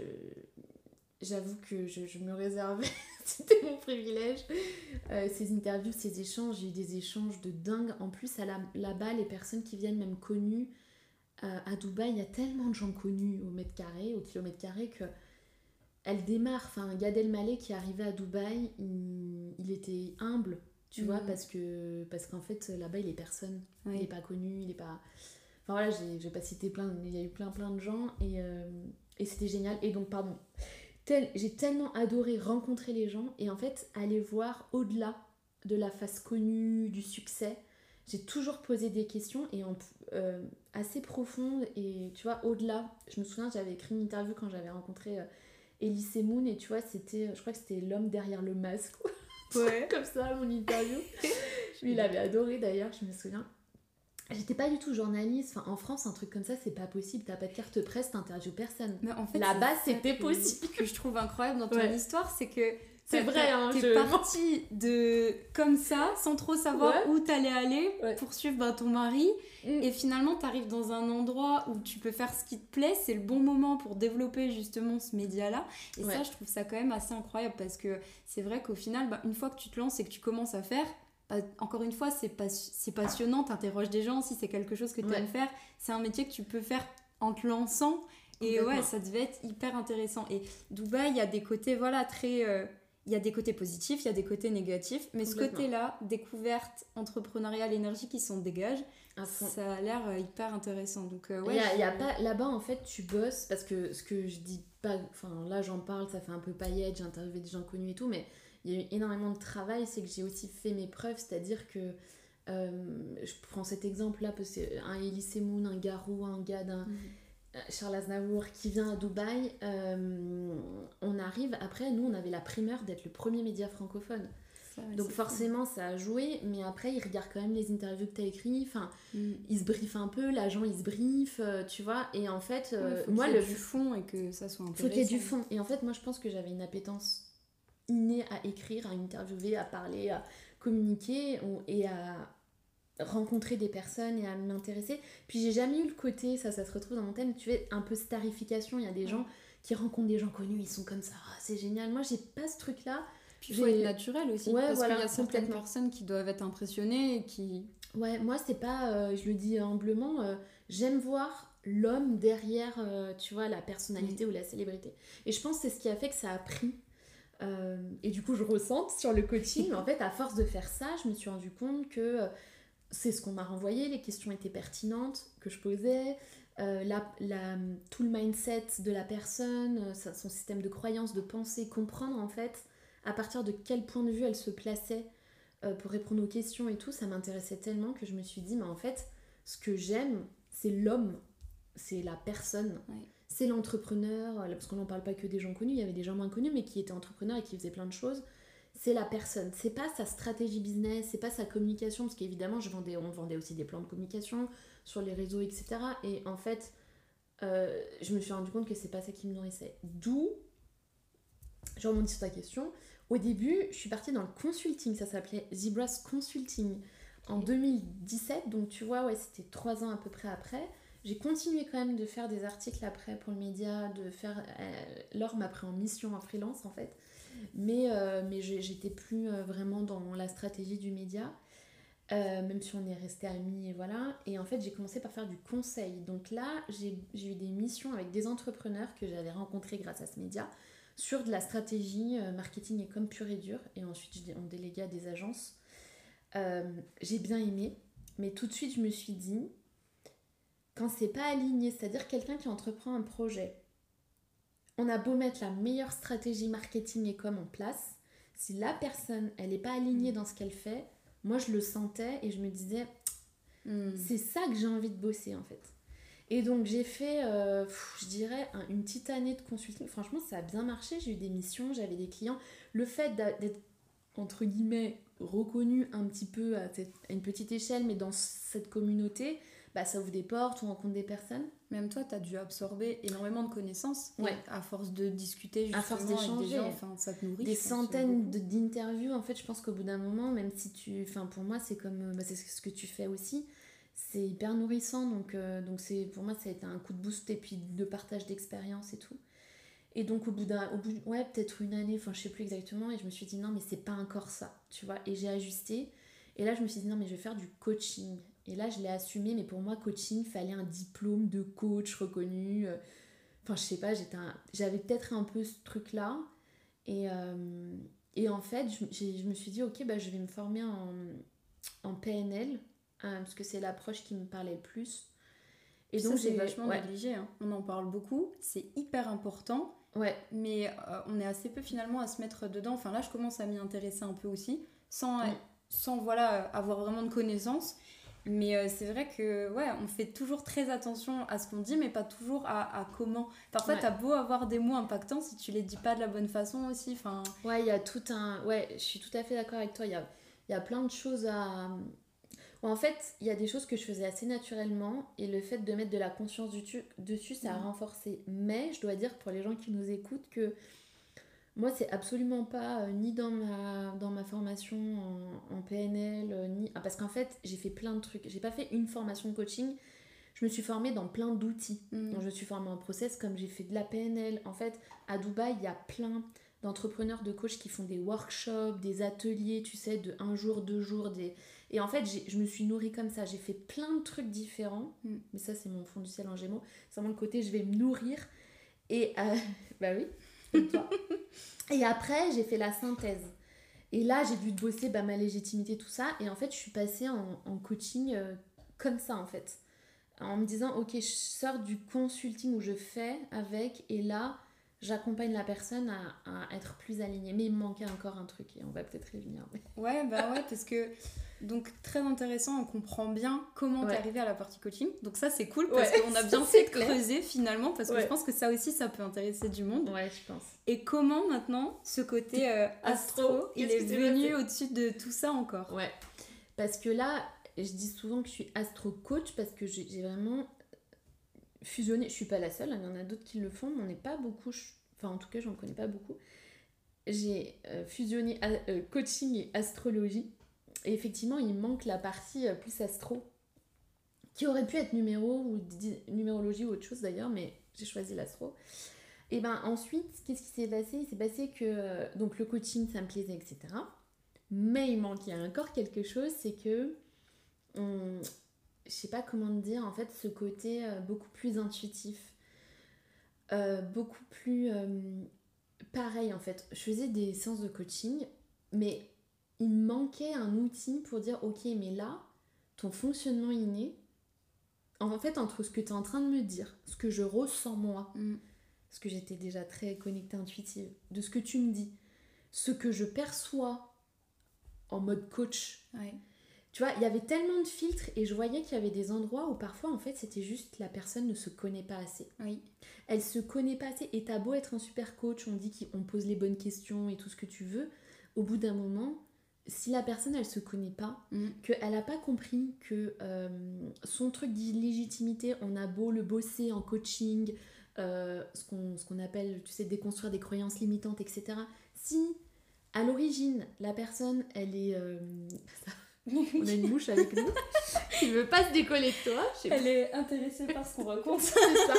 J'avoue que je, je me réservais, c'était mon privilège, euh, ces interviews, ces échanges, j'ai eu des échanges de dingue. En plus, à la, là-bas, les personnes qui viennent même connues, euh, à Dubaï, il y a tellement de gens connus au mètre carré, au kilomètre carré, que elles démarrent. Enfin, Gad Elmaleh qui est arrivé à Dubaï, il, il était humble, tu mmh. vois, parce, que, parce qu'en fait, là-bas, il est personne. Oui. Il n'est pas connu, il n'est pas... Enfin voilà, j'ai, je vais pas citer plein, il y a eu plein plein de gens, et, euh, et c'était génial. Et donc, pardon... Tel, j'ai tellement adoré rencontrer les gens et en fait aller voir au-delà de la face connue, du succès. J'ai toujours posé des questions et en, euh, assez profondes et tu vois au-delà. Je me souviens j'avais écrit une interview quand j'avais rencontré euh, Elise Moon et tu vois c'était, je crois que c'était l'homme derrière le masque. Ouais. Comme ça mon interview. Lui il avait adoré d'ailleurs, je me souviens. J'étais pas du tout journaliste, enfin, en France un truc comme ça c'est pas possible, t'as pas de carte presse, t'interviews personne. Mais en fait, là-bas c'était que, possible. Ce que je trouve incroyable dans ton ouais. histoire, c'est que c'est vrai, hein, t'es je... partie de comme ça, sans trop savoir ouais. où t'allais aller, ouais. pour suivre bah, ton mari, mm. et finalement t'arrives dans un endroit où tu peux faire ce qui te plaît, c'est le bon moment pour développer justement ce média-là, et ouais. ça je trouve ça quand même assez incroyable, parce que c'est vrai qu'au final, bah, une fois que tu te lances et que tu commences à faire, encore une fois, c'est, pas, c'est passionnant, t'interroges des gens, si c'est quelque chose que tu aimes ouais. faire, c'est un métier que tu peux faire en te lançant, et ouais, ça devait être hyper intéressant. Et Dubaï, il y a des côtés, voilà, très... Euh, il y a des côtés positifs, il y a des côtés négatifs, mais ce côté-là, découverte, entrepreneuriale, énergie qui s'en dégage, ça a l'air hyper intéressant. Donc, euh, ouais, il y a, je... il y a pas, là-bas, en fait, tu bosses, parce que ce que je dis pas... Enfin, là, j'en parle, ça fait un peu paillette, j'ai interviewé des gens connus et tout, mais... Il y a eu énormément de travail, c'est que j'ai aussi fait mes preuves, c'est-à-dire que euh, je prends cet exemple-là, parce qu'un Elise Moon, un Garou, un Gad, un mmh. Charles Aznavour qui vient à Dubaï, euh, on arrive, après nous on avait la primeur d'être le premier média francophone. Ça, ouais, donc forcément cool. Ça a joué, mais après ils regardent quand même les interviews que tu as écrites, enfin, mmh. ils se briefent un peu, l'agent il se briefe, euh, tu vois, et en fait, euh, ouais, faut moi qu'il y ait le du fond et que ça soit intéressant. Faut qu'il y ait du fond, et en fait moi je pense que j'avais une appétence innée à écrire, à interviewer, à parler, à communiquer et à rencontrer des personnes et à m'intéresser. Puis j'ai jamais eu le côté, ça ça se retrouve dans mon thème, tu vois, un peu starification, il y a des gens qui rencontrent des gens connus, ils sont comme ça, ah, c'est génial. Moi j'ai pas ce truc là. Puis il faut être naturel aussi, ouais, parce voilà, qu'il y a certaines personnes qui doivent être impressionnées et qui... Ouais, moi c'est pas, euh, je le dis humblement, euh, j'aime voir l'homme derrière, euh, tu vois, la personnalité Mmh. ou la célébrité. Et je pense que c'est ce qui a fait que ça a pris. Euh, et du coup, je ressente sur le coaching. Mais en fait, à force de faire ça, je me suis rendu compte que euh, c'est ce qu'on m'a renvoyé, les questions étaient pertinentes que je posais, euh, la, la, tout le mindset de la personne, euh, son système de croyance, de pensée, comprendre en fait à partir de quel point de vue elle se plaçait euh, pour répondre aux questions et tout, ça m'intéressait tellement que je me suis dit, mais en fait, ce que j'aime, c'est l'homme, c'est la personne. Ouais. C'est l'entrepreneur, parce qu'on n'en parle pas que des gens connus, il y avait des gens moins connus mais qui étaient entrepreneurs et qui faisaient plein de choses. C'est la personne, c'est pas sa stratégie business, c'est pas sa communication, parce qu'évidemment je vendais, on vendait aussi des plans de communication sur les réseaux, et cetera. Et en fait, euh, je me suis rendu compte que c'est pas ça qui me nourrissait. D'où, je remonte sur ta question, au début je suis partie dans le consulting, ça s'appelait Zebras Consulting en deux mille dix-sept, donc tu vois, ouais, c'était trois ans à peu près après. J'ai continué quand même de faire des articles après pour le média, de faire... Euh, Laure m'a pris en mission en freelance en fait, mais, euh, mais j'étais plus euh, vraiment dans la stratégie du média, euh, même si on est resté amis et voilà. Et en fait j'ai commencé par faire du conseil. Donc là j'ai eu des missions avec des entrepreneurs que j'avais rencontrés grâce à ce média sur de la stratégie euh, marketing et com pur et dur. Et ensuite on déléguait à des agences. Euh, j'ai bien aimé, mais tout de suite je me suis dit... Quand c'est pas aligné, c'est-à-dire quelqu'un qui entreprend un projet, on a beau mettre la meilleure stratégie marketing et com en place, si la personne, elle n'est pas alignée dans ce qu'elle fait, moi je le sentais et je me disais, mm. c'est ça que j'ai envie de bosser en fait. Et donc j'ai fait, euh, pff, je dirais, un, une petite année de consulting. Franchement, ça a bien marché, j'ai eu des missions, j'avais des clients. Le fait d'être, entre guillemets, reconnu un petit peu à, cette, à une petite échelle, mais dans cette communauté... Bah, ça ouvre des portes, on rencontre des personnes. Même toi, tu as dû absorber énormément de connaissances. Ouais. À force de discuter justement à force d'échanger, avec des gens, enfin, ça te nourrit. Des centaines de, d'interviews, en fait, je pense qu'au bout d'un moment, même si tu... Enfin, pour moi, c'est comme... Bah, c'est ce que tu fais aussi. C'est hyper nourrissant. Donc, euh, donc c'est, pour moi, ça a été un coup de boost et puis de partage d'expérience et tout. Et donc, au bout d'un... Au bout, ouais, peut-être une année, enfin, je sais plus exactement. Et je me suis dit, non, mais c'est pas encore ça, tu vois. Et j'ai ajusté. Et là, je me suis dit, non, mais je vais faire du coaching. Et là, je l'ai assumé, mais pour moi, coaching, il fallait un diplôme de coach reconnu. Enfin, je sais pas, j'étais un... j'avais peut-être un peu ce truc-là. Et, euh... et en fait, je, je me suis dit, ok, bah, je vais me former en, en P N L, hein, parce que c'est l'approche qui me parlait le plus. Et donc, ça, c'est vachement ouais. négligé. Hein. On en parle beaucoup, c'est hyper important. Ouais. Mais euh, on est assez peu finalement à se mettre dedans. Enfin, là, je commence à m'y intéresser un peu aussi, sans, ouais. sans voilà, avoir vraiment de connaissances. Mais euh, c'est vrai que ouais, on fait toujours très attention à ce qu'on dit, mais pas toujours à, à comment. Parfois, ouais. T'as beau avoir des mots impactants, si tu les dis pas de la bonne façon aussi. Fin... Ouais, il y a tout un... Ouais, je suis tout à fait d'accord avec toi. Il y a, il y a plein de choses à... En fait, il y a des choses que je faisais assez naturellement, et le fait de mettre de la conscience dessus, dessus ça a mmh. renforcé. Mais je dois dire pour les gens qui nous écoutent que moi, c'est absolument pas euh, ni dans ma, dans ma formation en, en P N L, euh, ni... Ah, parce qu'en fait, j'ai fait plein de trucs. J'ai pas fait une formation de coaching, je me suis formée dans plein d'outils. Mmh. Donc, je me suis formée en process, comme j'ai fait de la P N L. En fait, à Dubaï, il y a plein d'entrepreneurs, de coachs qui font des workshops, des ateliers, tu sais, de un jour, deux jours. Des... Et en fait, j'ai, je me suis nourrie comme ça. J'ai fait plein de trucs différents. Mmh. Mais ça, c'est mon fond du ciel en gémeaux. C'est vraiment le côté, je vais me nourrir. Et... Euh... bah oui. Et toi. Et après, j'ai fait la synthèse. Et là, j'ai dû bosser bah, ma légitimité, tout ça. Et en fait, je suis passée en, en coaching euh, comme ça, en fait. En me disant, ok, je sors du consulting où je fais avec. Et là, j'accompagne la personne à, à être plus alignée. Mais il me manquait encore un truc. Et on va peut-être y venir. Mais... Ouais, bah ouais, parce que... Donc, très intéressant, on comprend bien comment ouais. t'es arrivée à la partie coaching. Donc ça, c'est cool, parce ouais, qu'on a bien fait de creuser, finalement, parce que ouais. je pense que ça aussi, ça peut intéresser du monde. Ouais, je pense. Et comment, maintenant, ce côté euh, astro, astro il est venu au-dessus de tout ça encore? Ouais, parce que là, je dis souvent que je suis astro-coach, parce que j'ai, j'ai vraiment fusionné. Je suis pas la seule, il y en a d'autres qui le font, mais on n'est pas beaucoup... Je... Enfin, en tout cas, j'en connais pas beaucoup. J'ai euh, fusionné euh, coaching et astrologie. Et effectivement, il manque la partie plus astro, qui aurait pu être numéro ou di- numérologie ou autre chose d'ailleurs, mais j'ai choisi l'astro. Et ben ensuite, qu'est-ce qui s'est passé? Il s'est passé que donc le coaching, ça me plaisait, et cetera. Mais il manquait encore quelque chose, c'est que on... je sais pas comment te dire, en fait, ce côté euh, beaucoup plus intuitif, euh, beaucoup plus euh, pareil en fait. Je faisais des séances de coaching, mais il me manquait un outil pour dire ok, mais là, ton fonctionnement inné, en fait, entre ce que tu es en train de me dire, ce que je ressens moi, Mm. parce que j'étais déjà très connectée intuitive, de ce que tu me dis, ce que je perçois en mode coach. Ouais. Tu vois, il y avait tellement de filtres et je voyais qu'il y avait des endroits où parfois, en fait, c'était juste la personne ne se connaît pas assez. Oui. Elle se connaît pas assez et t'as beau être un super coach, on dit qu'on pose les bonnes questions et tout ce que tu veux, au bout d'un moment, si la personne, elle se connaît pas, Mm. qu'elle a pas compris que euh, son truc d'illégitimité, on a beau le bosser en coaching, euh, ce qu'on ce qu'on appelle, tu sais, déconstruire des croyances limitantes, et cetera. Si, à l'origine, la personne, elle est... euh, on a une mouche avec nous qui veut pas se décoller de toi. Je sais Elle est intéressée par ce qu'on raconte. c'est ça.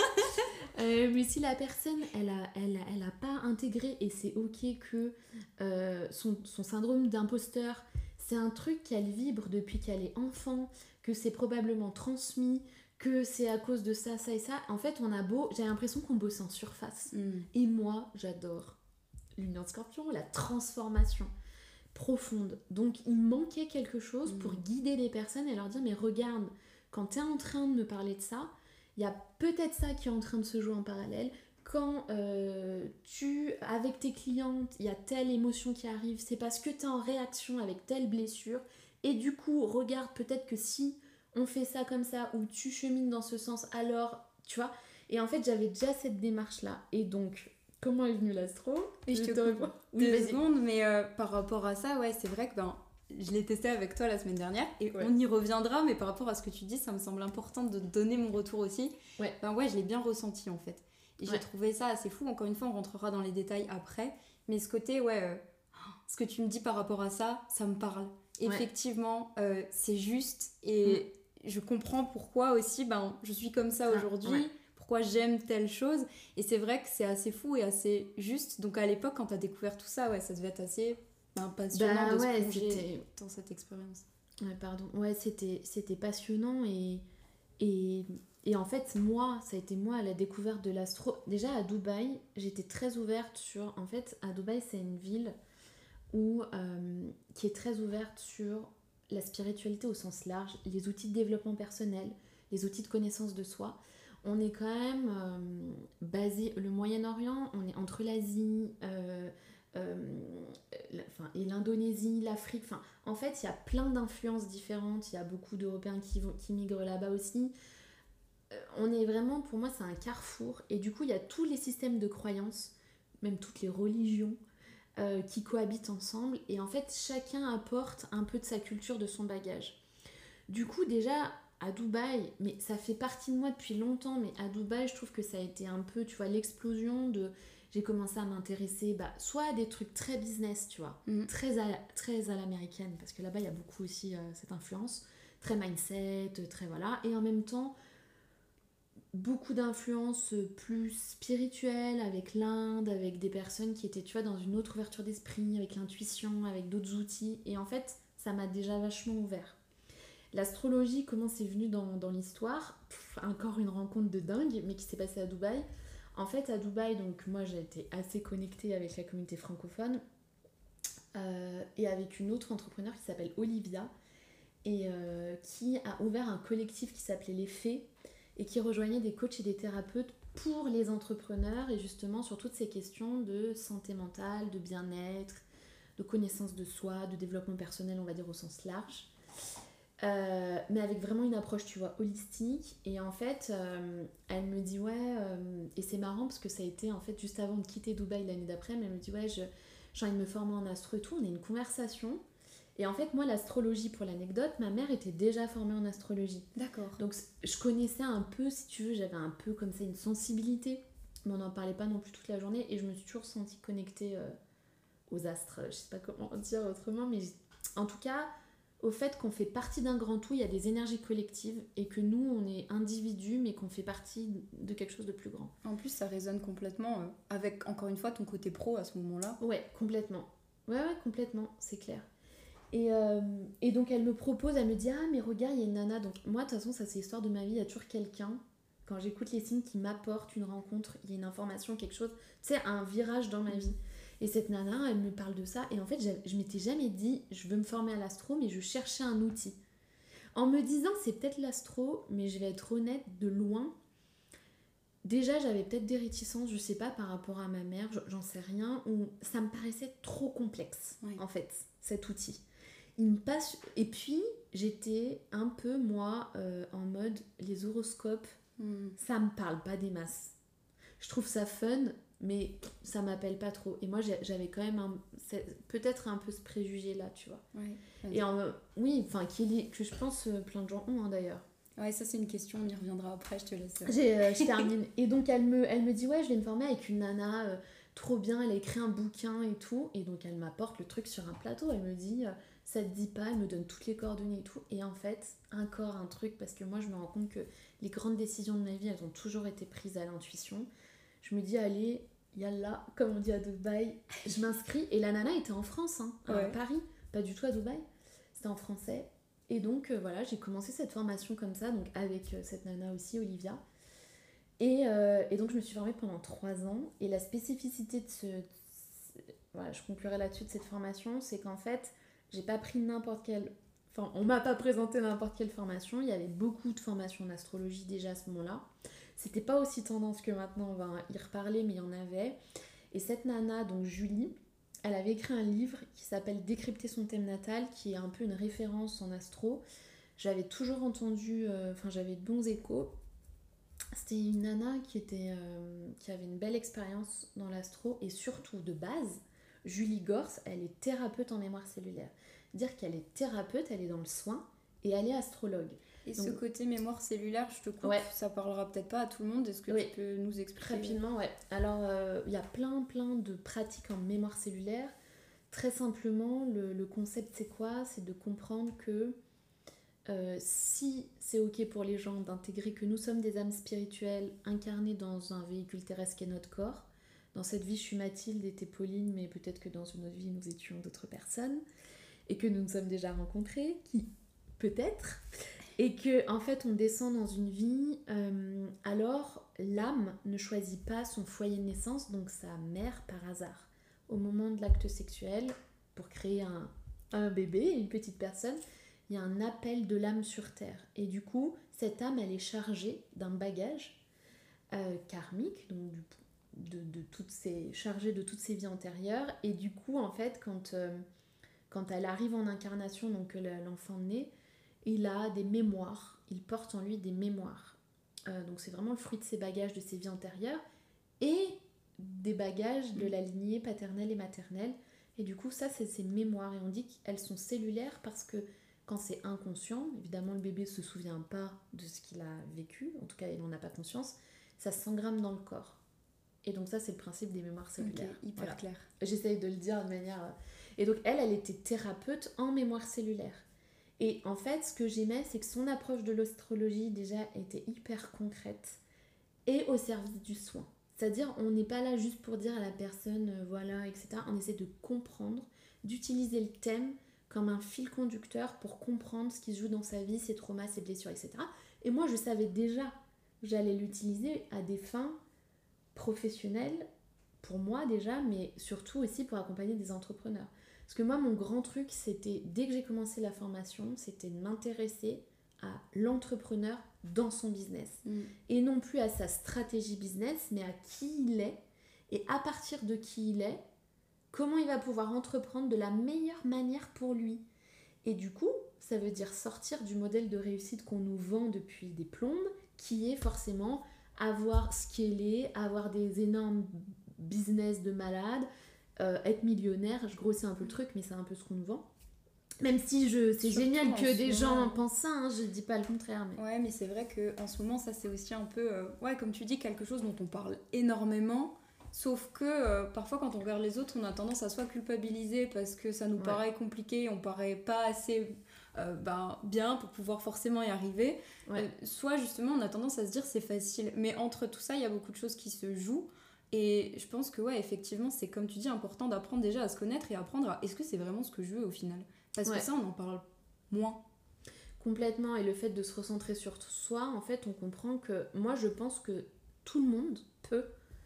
Euh, mais si la personne, elle a, elle, a, elle a pas intégré, et c'est ok que euh, son, son syndrome d'imposteur, c'est un truc qu'elle vibre depuis qu'elle est enfant, que c'est probablement transmis, que c'est à cause de ça, ça et ça. En fait, on a beau, j'ai l'impression qu'on bosse en surface. Mm. Et moi, j'adore l'union de scorpion, la transformation profonde. Donc, il manquait quelque chose Mm. pour guider les personnes et leur dire, mais regarde, quand tu es en train de me parler de ça, il y a peut-être ça qui est en train de se jouer en parallèle. Quand euh, tu, avec tes clientes, il y a telle émotion qui arrive, c'est parce que tu es en réaction avec telle blessure. Et du coup, regarde, peut-être que si on fait ça comme ça, ou tu chemines dans ce sens, alors, tu vois. Et en fait, j'avais déjà cette démarche-là. Et donc, comment est venue l'astro? Et je te te coupe Oui, deux vas-y. secondes, mais euh, par rapport à ça, ouais, c'est vrai que ben, je l'ai testé avec toi la semaine dernière et Ouais. on y reviendra, mais par rapport à ce que tu dis, ça me semble important de donner mon retour aussi. Ouais. Ben ouais, je l'ai bien ressenti en fait. Et Ouais. j'ai trouvé ça assez fou. Encore une fois, on rentrera dans les détails après. Mais ce côté, ouais, euh, ce que tu me dis par rapport à ça, ça me parle. Ouais. Effectivement, euh, c'est juste et je comprends pourquoi aussi, ben, je suis comme ça Ah, aujourd'hui. ouais. Pourquoi j'aime telle chose. Et c'est vrai que c'est assez fou et assez juste. Donc à l'époque, quand t'as découvert tout ça, ouais, ça devait être assez ben, passionnant Bah de ouais, se plonger c'était... dans cette expérience. Ouais, pardon. Ouais, c'était, c'était passionnant et, et, et en fait, moi, ça a été moi à la découverte de l'astro. Déjà à Dubaï, j'étais très ouverte sur... En fait, à Dubaï, c'est une ville où, euh, qui est très ouverte sur la spiritualité au sens large, les outils de développement personnel, les outils de connaissance de soi. On est quand même euh, basé... Le Moyen-Orient, on est entre l'Asie... Euh, Euh, la- enfin, et l'Indonésie, l'Afrique, enfin, en fait il y a plein d'influences différentes, il y a beaucoup d'Européens qui, vont, qui migrent là-bas aussi. Euh, on est vraiment, pour moi c'est un carrefour, et du coup il y a tous les systèmes de croyances, même toutes les religions euh, qui cohabitent ensemble, et en fait chacun apporte un peu de sa culture, de son bagage. Du coup déjà à Dubaï, mais ça fait partie de moi depuis longtemps, mais à Dubaï je trouve que ça a été un peu, tu vois, l'explosion de... J'ai commencé à m'intéresser bah, soit à des trucs très business, tu vois, Mm. très à, très à l'américaine, parce que là-bas, il y a beaucoup aussi euh, cette influence, très mindset, très voilà, et en même temps, beaucoup d'influences plus spirituelles avec l'Inde, avec des personnes qui étaient, tu vois, dans une autre ouverture d'esprit, avec l'intuition, avec d'autres outils, et en fait, ça m'a déjà vachement ouvert. L'astrologie, comment c'est venu dans, dans l'histoire? Pff, encore une rencontre de dingue, mais qui s'est passée à Dubaï. En fait, à Dubaï, donc moi j'ai été assez connectée avec la communauté francophone euh, et avec une autre entrepreneur qui s'appelle Olivia et euh, qui a ouvert un collectif qui s'appelait Les Fées et qui rejoignait des coachs et des thérapeutes pour les entrepreneurs et justement sur toutes ces questions de santé mentale, de bien-être, de connaissance de soi, de développement personnel, on va dire au sens large. Euh, mais avec vraiment une approche, tu vois, holistique. Et en fait, euh, elle me dit, ouais, euh, et c'est marrant parce que ça a été en fait juste avant de quitter Dubaï l'année d'après, mais elle me dit, ouais, je, j'ai envie de me former en astro et tout. On a une conversation. Et en fait, moi, l'astrologie, pour l'anecdote, ma mère était déjà formée en astrologie. D'accord. Donc, je connaissais un peu, si tu veux, j'avais un peu comme ça une sensibilité, mais on n'en parlait pas non plus toute la journée. Et je me suis toujours sentie connectée euh, aux astres. Je sais pas comment dire autrement, mais en tout cas, au fait qu'on fait partie d'un grand tout, il y a des énergies collectives et que nous, on est individus, mais qu'on fait partie de quelque chose de plus grand. En plus, ça résonne complètement euh, avec, encore une fois, ton côté pro à ce moment-là. Ouais, complètement. Ouais, ouais, complètement, c'est clair. Et, euh, et donc elle me propose, elle me dit ah mais regarde il y a une nana, donc moi de toute façon ça c'est l'histoire de ma vie, il y a toujours quelqu'un, quand j'écoute les signes qui m'apporte une rencontre, il y a une information, quelque chose, tu sais un virage dans ma vie. Et cette nana elle me parle de ça et en fait je m'étais jamais dit je veux me former à l'astro mais je cherchais un outil. En me disant c'est peut-être l'astro mais je vais être honnête de loin, déjà j'avais peut-être des réticences, je sais pas par rapport à ma mère, j'en sais rien, ou ça me paraissait trop complexe oui. en fait cet outil. Il me passe... Et puis, j'étais un peu, moi, euh, en mode, les horoscopes, mm. ça me parle pas des masses. Je trouve ça fun, mais ça m'appelle pas trop. Et moi, j'avais quand même un... peut-être un peu ce préjugé-là, tu vois. Oui, et en... oui, enfin, que je pense plein de gens ont, hein, d'ailleurs. Ouais, ça, c'est une question, on y reviendra après, je te laisse. J'ai, euh, je termine. Et donc, elle me, elle me dit, ouais, je vais me former avec une nana... Euh, trop bien, elle a écrit un bouquin et tout, et donc elle m'apporte le truc sur un plateau, elle me dit euh, ça te dit pas, elle me donne toutes les coordonnées et tout, et en fait un corps, un truc, parce que moi je me rends compte que les grandes décisions de ma vie elles ont toujours été prises à l'intuition. Je me dis allez, yallah, comme on dit à Dubaï, je m'inscris, et la nana était en France, hein, à ouais. Paris, pas du tout à Dubaï, c'était en français, et donc euh, voilà, j'ai commencé cette formation comme ça, donc avec euh, cette nana aussi, Olivia. Et, euh, et donc je me suis formée pendant trois ans, et la spécificité de ce... Voilà, je conclurai là-dessus de cette formation, c'est qu'en fait, j'ai pas pris n'importe quelle... Enfin, on m'a pas présenté n'importe quelle formation, il y avait beaucoup de formations en astrologie déjà à ce moment-là. C'était pas aussi tendance que maintenant, on va y reparler, mais il y en avait. Et cette nana, donc Julie, elle avait écrit un livre qui s'appelle Décrypter son thème natal, qui est un peu une référence en astro. J'avais toujours entendu... Enfin, euh, j'avais de bons échos. C'était une nana qui, était, euh, qui avait une belle expérience dans l'astro et surtout de base, Julie Gors, elle est thérapeute en mémoire cellulaire. Dire qu'elle est thérapeute, elle est dans le soin et elle est astrologue. Et donc, ce côté mémoire cellulaire, je te coupe, ouais. ça parlera peut-être pas à tout le monde, est-ce que oui. tu peux nous expliquer? Rapidement, ouais. Alors, il euh, y a plein plein de pratiques en mémoire cellulaire. Très simplement, le, le concept c'est quoi? C'est de comprendre que Euh, si c'est ok pour les gens d'intégrer que nous sommes des âmes spirituelles incarnées dans un véhicule terrestre qui est notre corps, dans cette vie je suis Mathilde et t'es Pauline, mais peut-être que dans une autre vie nous étions d'autres personnes et que nous nous sommes déjà rencontrés, qui peut-être, et que en fait on descend dans une vie, euh, alors l'âme ne choisit pas son foyer de naissance, donc sa mère par hasard. Au moment de l'acte sexuel, pour créer un, un bébé, une petite personne, il y a un appel de l'âme sur Terre. Et du coup, cette âme, elle est chargée d'un bagage euh, karmique, donc du, de, de toutes ces, chargée de toutes ses vies antérieures. Et du coup, en fait, quand, euh, quand elle arrive en incarnation, donc que l'enfant naît, il a des mémoires. Il porte en lui des mémoires. Euh, donc c'est vraiment le fruit de ses bagages, de ses vies antérieures, et des bagages de la lignée paternelle et maternelle. Et du coup, ça, c'est ses mémoires. Et on dit qu'elles sont cellulaires parce que quand c'est inconscient, évidemment le bébé ne se souvient pas de ce qu'il a vécu, en tout cas il n'en a pas conscience, ça s'engramme dans le corps. Et donc ça c'est le principe des mémoires cellulaires. Ok, hyper voilà. Clair. J'essaye de le dire de manière... Et donc elle, elle était thérapeute en mémoire cellulaire. Et en fait ce que j'aimais, c'est que son approche de l'astrologie déjà était hyper concrète et au service du soin. C'est-à-dire on n'est pas là juste pour dire à la personne, euh, voilà, et cetera. On essaie de comprendre, d'utiliser le thème comme un fil conducteur pour comprendre ce qui se joue dans sa vie, ses traumas, ses blessures, et cetera. Et moi, je savais déjà que j'allais l'utiliser à des fins professionnelles, pour moi déjà, mais surtout aussi pour accompagner des entrepreneurs. Parce que moi, mon grand truc, c'était, dès que j'ai commencé la formation, c'était de m'intéresser à l'entrepreneur dans son business. Mmh. Et non plus à sa stratégie business, mais à qui il est. Et à partir de qui il est, comment il va pouvoir entreprendre de la meilleure manière pour lui. Et du coup, ça veut dire sortir du modèle de réussite qu'on nous vend depuis des plombes, qui est forcément avoir scalé, avoir des énormes business de malades, euh, être millionnaire. Je grossis un peu le truc, mais c'est un peu ce qu'on nous vend. Même si je, c'est Surtout génial que des gens moment, pensent ça, hein, je dis pas le contraire. Mais... Ouais, mais c'est vrai qu'en ce moment, ça c'est aussi un peu, euh, ouais, comme tu dis, quelque chose dont on parle énormément. Sauf que euh, parfois quand on regarde les autres, on a tendance à soit culpabiliser parce que ça nous ouais. paraît compliqué, on paraît pas assez euh, ben, bien pour pouvoir forcément y arriver, ouais. euh, soit justement on a tendance à se dire c'est facile. Mais entre tout ça, il y a beaucoup de choses qui se jouent Et je pense que ouais, effectivement, c'est comme tu dis, important d'apprendre déjà à se connaître et apprendre à est-ce que c'est vraiment ce que je veux au final. Parce ouais. que ça, on en parle moins. Complètement, et le fait de se recentrer sur soi, en fait, on comprend que moi, je pense que tout le monde peut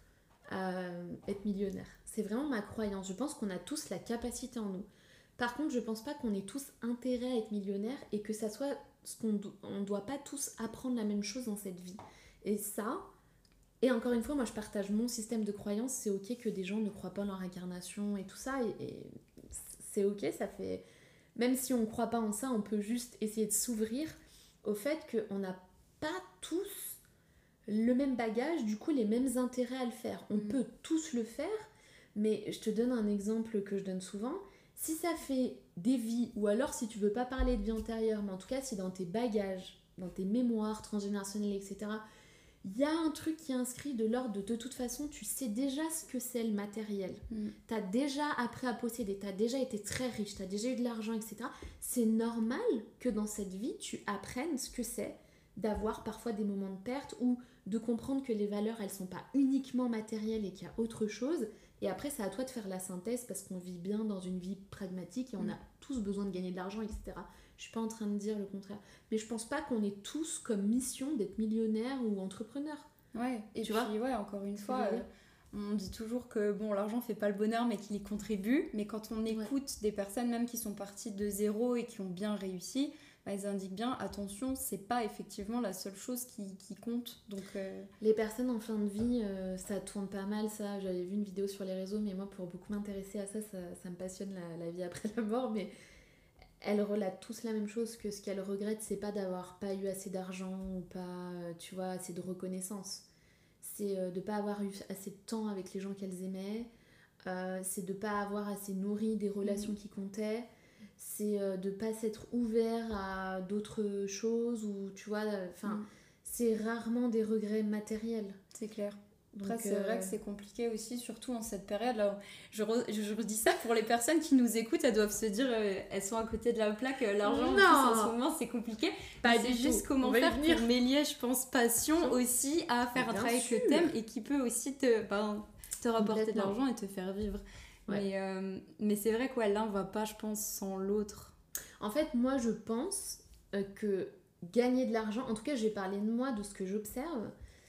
euh, être millionnaire. C'est vraiment ma croyance. Je pense qu'on a tous la capacité en nous. Par contre, je pense pas qu'on ait tous intérêt à être millionnaire et que ça soit ce qu'on do- on doit pas tous apprendre la même chose dans cette vie. Et ça, et encore une fois, moi, je partage mon système de croyance. C'est ok que des gens ne croient pas en leur incarnation et tout ça, et, et c'est ok, ça fait... Même si on ne croit pas en ça, on peut juste essayer de s'ouvrir au fait qu'on n'a pas tous le même bagage, du coup les mêmes intérêts à le faire. On mmh. peut tous le faire, mais je te donne un exemple que je donne souvent. Si ça fait des vies, ou alors si tu veux pas parler de vie antérieure, mais en tout cas si dans tes bagages, dans tes mémoires transgénérationnelles, et cetera, il y a un truc qui est inscrit de l'ordre de de toute façon, tu sais déjà ce que c'est le matériel. Mm. Tu as déjà appris à posséder, tu as déjà été très riche, tu as déjà eu de l'argent, et cetera. C'est normal que dans cette vie, tu apprennes ce que c'est d'avoir parfois des moments de perte ou de comprendre que les valeurs, elles sont pas uniquement matérielles et qu'il y a autre chose. Et après, c'est à toi de faire la synthèse parce qu'on vit bien dans une vie pragmatique et on mm. a tous besoin de gagner de l'argent, et cetera. Je suis pas en train de dire le contraire. Mais je pense pas qu'on ait tous comme mission d'être millionnaire ou entrepreneur. Ouais, et tu puis vois ouais, encore une fois, euh, on dit toujours que bon, l'argent fait pas le bonheur mais qu'il y contribue. Mais quand on écoute ouais. des personnes même qui sont parties de zéro et qui ont bien réussi, bah, ils indiquent bien, attention, c'est pas effectivement la seule chose qui, qui compte. Donc, euh... les personnes en fin de vie, euh, ça tourne pas mal, ça. J'avais vu une vidéo sur les réseaux, mais moi, pour beaucoup m'intéresser à ça, ça, ça me passionne la, la vie après la mort. Mais elles relatent tous la même chose, que ce qu'elles regrettent, c'est pas d'avoir pas eu assez d'argent ou pas, tu vois, assez de reconnaissance. C'est euh, de pas avoir eu assez de temps avec les gens qu'elles aimaient. Euh, c'est de pas avoir assez nourri des relations mmh. qui comptaient. C'est euh, de pas s'être ouvert à d'autres choses ou tu vois, enfin, mmh. c'est rarement des regrets matériels. C'est clair. Donc, Après, c'est euh... vrai que c'est compliqué aussi, surtout en cette période-là. Je, re, je, je redis ça pour les personnes qui nous écoutent, elles doivent se dire, euh, elles sont à côté de la plaque, euh, l'argent en, plus, en ce moment, c'est compliqué. Pas c'est juste tout. Comment faire pour mêler, je pense, passion aussi à faire un travail sûr. que t'aimes et qui peut aussi te, ben, te rapporter de l'argent et te faire vivre. Ouais. Mais, euh, mais c'est vrai que ouais, l'un va pas, je pense, sans l'autre. En fait, moi, je pense euh, que gagner de l'argent, en tout cas, je vais parler de moi, de ce que j'observe.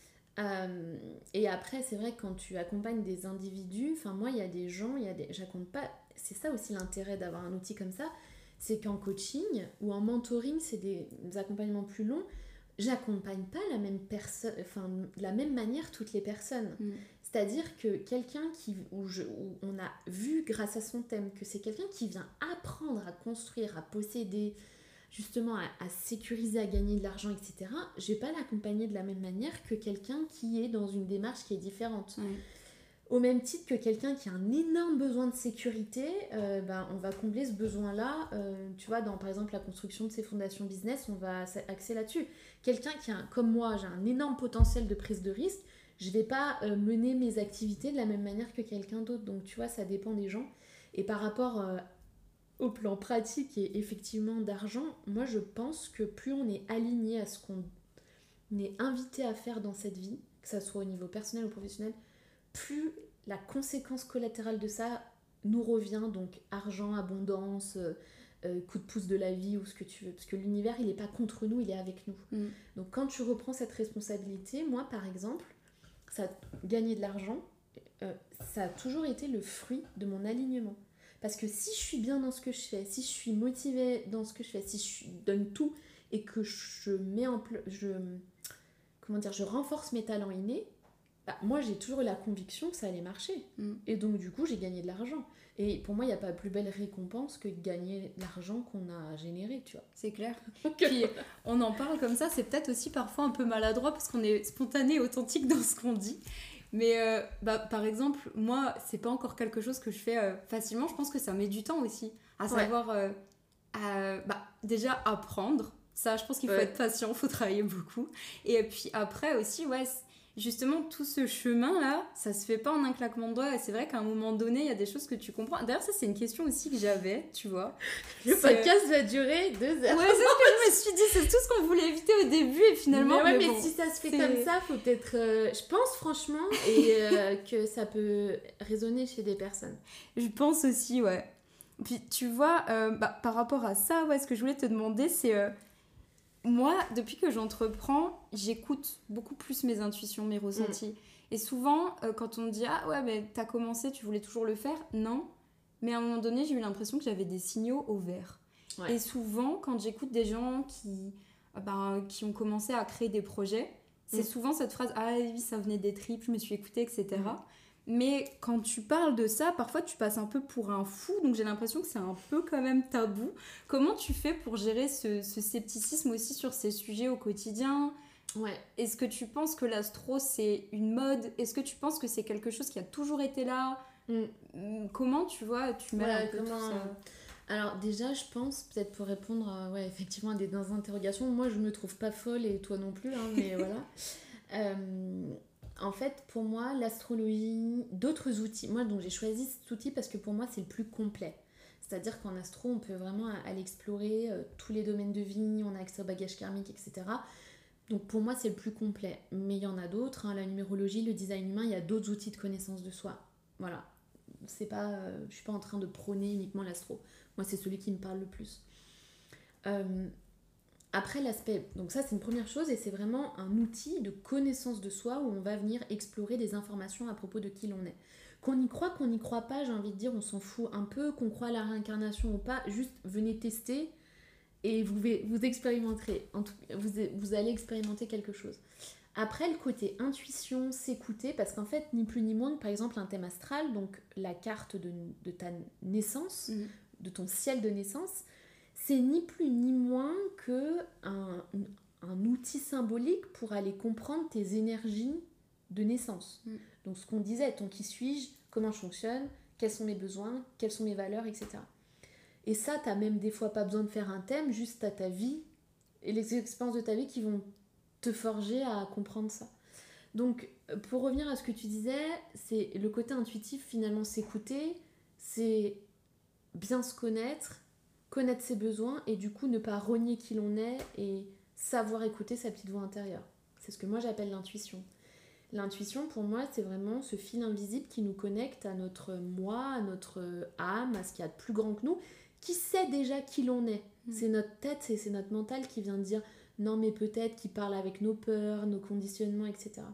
Euh, et après, c'est vrai que quand tu accompagnes des individus, enfin, moi, il y a des gens, il y a des, j'accompagne pas. C'est ça aussi l'intérêt d'avoir un outil comme ça, c'est qu'en coaching ou en mentoring, c'est des, des accompagnements plus longs. J'accompagne pas la même personne, enfin, de la même manière toutes les personnes. Mm. C'est-à-dire que quelqu'un qui, où, je, où on a vu grâce à son thème que c'est quelqu'un qui vient apprendre à construire, à posséder, justement à, à sécuriser, à gagner de l'argent, et cetera. Je vais pas l'accompagner de la même manière que quelqu'un qui est dans une démarche qui est différente. Mm. Au même titre que quelqu'un qui a un énorme besoin de sécurité, euh, ben, on va combler ce besoin-là. Euh, tu vois, dans par exemple la construction de ses fondations business, on va axer là-dessus. Quelqu'un qui a, comme moi, j'ai un énorme potentiel de prise de risque, je vais pas euh, mener mes activités de la même manière que quelqu'un d'autre. Donc tu vois, ça dépend des gens. Et par rapport euh, au plan pratique et effectivement d'argent, moi je pense que plus on est aligné à ce qu'on est invité à faire dans cette vie, que ça soit au niveau personnel ou professionnel, plus la conséquence collatérale de ça nous revient, donc argent, abondance, euh, euh, coup de pouce de la vie ou ce que tu veux, parce que l'univers il n'est pas contre nous, il est avec nous. Mm. Donc quand tu reprends cette responsabilité, moi par exemple, ça, gagner de l'argent, euh, ça a toujours été le fruit de mon alignement. Parce que si je suis bien dans ce que je fais, si je suis motivée dans ce que je fais, si je donne tout et que je mets en pla- je, comment dire, je renforce mes talents innés, bah, moi j'ai toujours eu la conviction que ça allait marcher. Mm. Et donc du coup j'ai gagné de l'argent. Et pour moi il n'y a pas plus belle récompense que de gagner l'argent qu'on a généré, tu vois. C'est clair. Puis on en parle comme ça, c'est peut-être aussi parfois un peu maladroit parce qu'on est spontané, authentique dans ce qu'on dit. Mais euh, bah, par exemple, moi, c'est pas encore quelque chose que je fais euh, facilement. Je pense que ça met du temps aussi à savoir ouais. euh, à, bah, déjà apprendre. Ça, je pense qu'il faut ouais. être patient, il faut travailler beaucoup. Et puis après aussi, ouais, Justement, tout ce chemin-là, ça se fait pas en un claquement de doigts. Et c'est vrai qu'à un moment donné, il y a des choses que tu comprends. D'ailleurs, ça, c'est une question aussi que j'avais, tu vois. Le c'est... podcast va durer deux heures. Ouais, c'est ce que je me suis dit. C'est tout ce qu'on voulait éviter au début et finalement... Mais ouais, mais, mais bon, si ça se fait c'est... comme ça, faut peut-être... Euh, je pense franchement et euh, que ça peut résonner chez des personnes. Je pense aussi, ouais. Puis tu vois, euh, bah, par rapport à ça, ouais, ce que je voulais te demander, c'est... Euh, moi, depuis que j'entreprends, j'écoute beaucoup plus mes intuitions, mes ressentis. Mm. Et souvent, euh, quand on me dit « Ah ouais, mais t'as commencé, tu voulais toujours le faire », non. Mais à un moment donné, j'ai eu l'impression que j'avais des signaux au vert. Ouais. Et souvent, quand j'écoute des gens qui, euh, bah, qui ont commencé à créer des projets, c'est mm. souvent cette phrase « Ah oui, ça venait des tripes, je me suis écoutée, et cetera Mm. » Mais quand tu parles de ça, parfois tu passes un peu pour un fou, donc j'ai l'impression que c'est un peu quand même tabou. Comment tu fais pour gérer ce, ce scepticisme aussi sur ces sujets au quotidien ? Ouais. Est-ce que tu penses que l'astro c'est une mode ? Est-ce que tu penses que c'est quelque chose qui a toujours été là ? mm. Comment tu vois, tu mets ouais, un peu comment... tout ça ? Alors déjà, je pense, peut-être pour répondre à, ouais, effectivement à des interrogations, moi je me trouve pas folle et toi non plus, hein, mais voilà. Euh... En fait, pour moi, l'astrologie, d'autres outils... Moi, donc, j'ai choisi cet outil parce que pour moi, c'est le plus complet. C'est-à-dire qu'en astro, on peut vraiment aller explorer euh, tous les domaines de vie, on a accès au bagage karmique, et cetera. Donc, pour moi, c'est le plus complet. Mais il y en a d'autres, hein, la numérologie, le design humain, il y a d'autres outils de connaissance de soi. Voilà. C'est pas, euh, je suis pas en train de prôner uniquement l'astro. Moi, c'est celui qui me parle le plus. Euh... Après l'aspect, donc ça c'est une première chose et c'est vraiment un outil de connaissance de soi où on va venir explorer des informations à propos de qui l'on est. Qu'on y croit, qu'on n'y croit pas, j'ai envie de dire, on s'en fout un peu, qu'on croit à la réincarnation ou pas, juste venez tester et vous, vous expérimenterez, en tout, vous, vous allez expérimenter quelque chose. Après le côté intuition, s'écouter, parce qu'en fait ni plus ni moins, par exemple un thème astral, donc la carte de, de ta naissance, mmh. de ton ciel de naissance, c'est ni plus ni moins qu'un un outil symbolique pour aller comprendre tes énergies de naissance. Mm. Donc ce qu'on disait, ton qui suis-je, comment je fonctionne, quels sont mes besoins, quelles sont mes valeurs, et cetera. Et ça, t'as même des fois pas besoin de faire un thème, juste à ta vie et les expériences de ta vie qui vont te forger à comprendre ça. Donc pour revenir à ce que tu disais, c'est le côté intuitif, finalement s'écouter, c'est bien se connaître, connaître ses besoins et du coup ne pas renier qui l'on est et savoir écouter sa petite voix intérieure. C'est ce que moi j'appelle l'intuition. L'intuition pour moi c'est vraiment ce fil invisible qui nous connecte à notre moi, à notre âme, à ce qu'il y a de plus grand que nous, qui sait déjà qui l'on est. Mmh. C'est notre tête, c'est, c'est notre mental qui vient dire non mais peut-être, qui parle avec nos peurs, nos conditionnements, et cetera.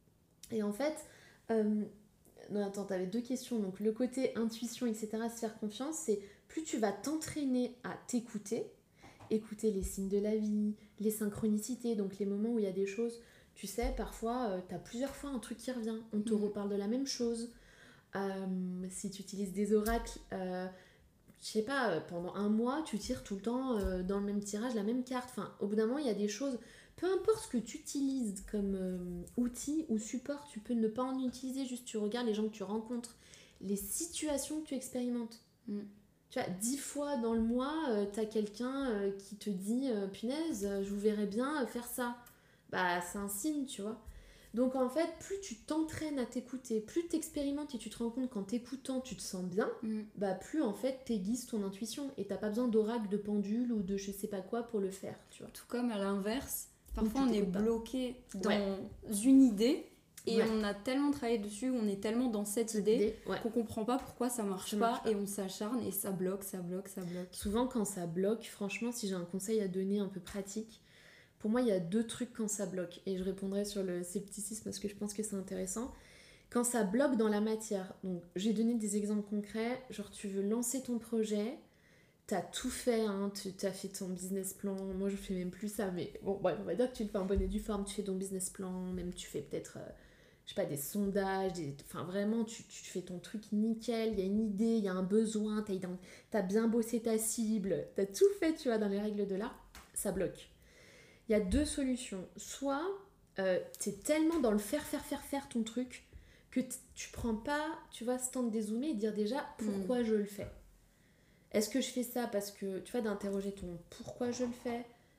Et en fait, euh, non attends, t'avais deux questions, donc le côté intuition, et cetera, se faire confiance, c'est plus tu vas t'entraîner à t'écouter, écouter les signes de la vie, les synchronicités, donc les moments où il y a des choses, tu sais, parfois, euh, tu as plusieurs fois un truc qui revient, on te mmh. reparle de la même chose. Euh, si tu utilises des oracles, euh, je sais pas, pendant un mois, tu tires tout le temps euh, dans le même tirage, la même carte. Enfin, au bout d'un moment, il y a des choses, peu importe ce que tu utilises comme euh, outil ou support, tu peux ne pas en utiliser, juste tu regardes les gens que tu rencontres, les situations que tu expérimentes. Mmh. Tu vois, dix fois dans le mois, euh, t'as quelqu'un euh, qui te dit euh, « Punaise, je vous verrais bien euh, faire ça ». Bah, c'est un signe, tu vois. Donc, en fait, plus tu t'entraînes à t'écouter, plus t'expérimentes et tu te rends compte qu'en t'écoutant, tu te sens bien, mmh. bah, plus, en fait, t'aiguises ton intuition. Et t'as pas besoin d'oracle, de pendule ou de je sais pas quoi pour le faire, tu vois. Tout comme à l'inverse, parfois on est bloqué dans ouais. une idée... Et ouais. on a tellement travaillé dessus, on est tellement dans cette idée, idée ouais. qu'on comprend pas pourquoi ça marche, ça pas, marche pas et on s'acharne et ça bloque, ça bloque, ça bloque. Souvent quand ça bloque, franchement, si j'ai un conseil à donner un peu pratique, pour moi il y a deux trucs quand ça bloque et je répondrai sur le scepticisme parce que je pense que c'est intéressant. Quand ça bloque dans la matière, donc j'ai donné des exemples concrets, genre tu veux lancer ton projet, t'as tout fait, hein, tu as fait ton business plan, moi je fais même plus ça, mais bon, bref, on va dire que tu le fais en bonne et due forme, tu fais ton business plan, même tu fais peut-être... Euh, je sais pas, des sondages, des... enfin vraiment, tu, tu fais ton truc nickel, il y a une idée, il y a un besoin, t'as, ident... t'as bien bossé ta cible, t'as tout fait, tu vois, dans les règles de l'art, ça bloque. Il y a deux solutions. Soit, euh, t'es tellement dans le faire, faire, faire, faire ton truc, que t- tu prends pas, tu vois, ce temps de dézoomer et dire déjà pourquoi mmh. je le fais. Est-ce que je fais ça parce que, tu vois, d'interroger ton pourquoi je le fais,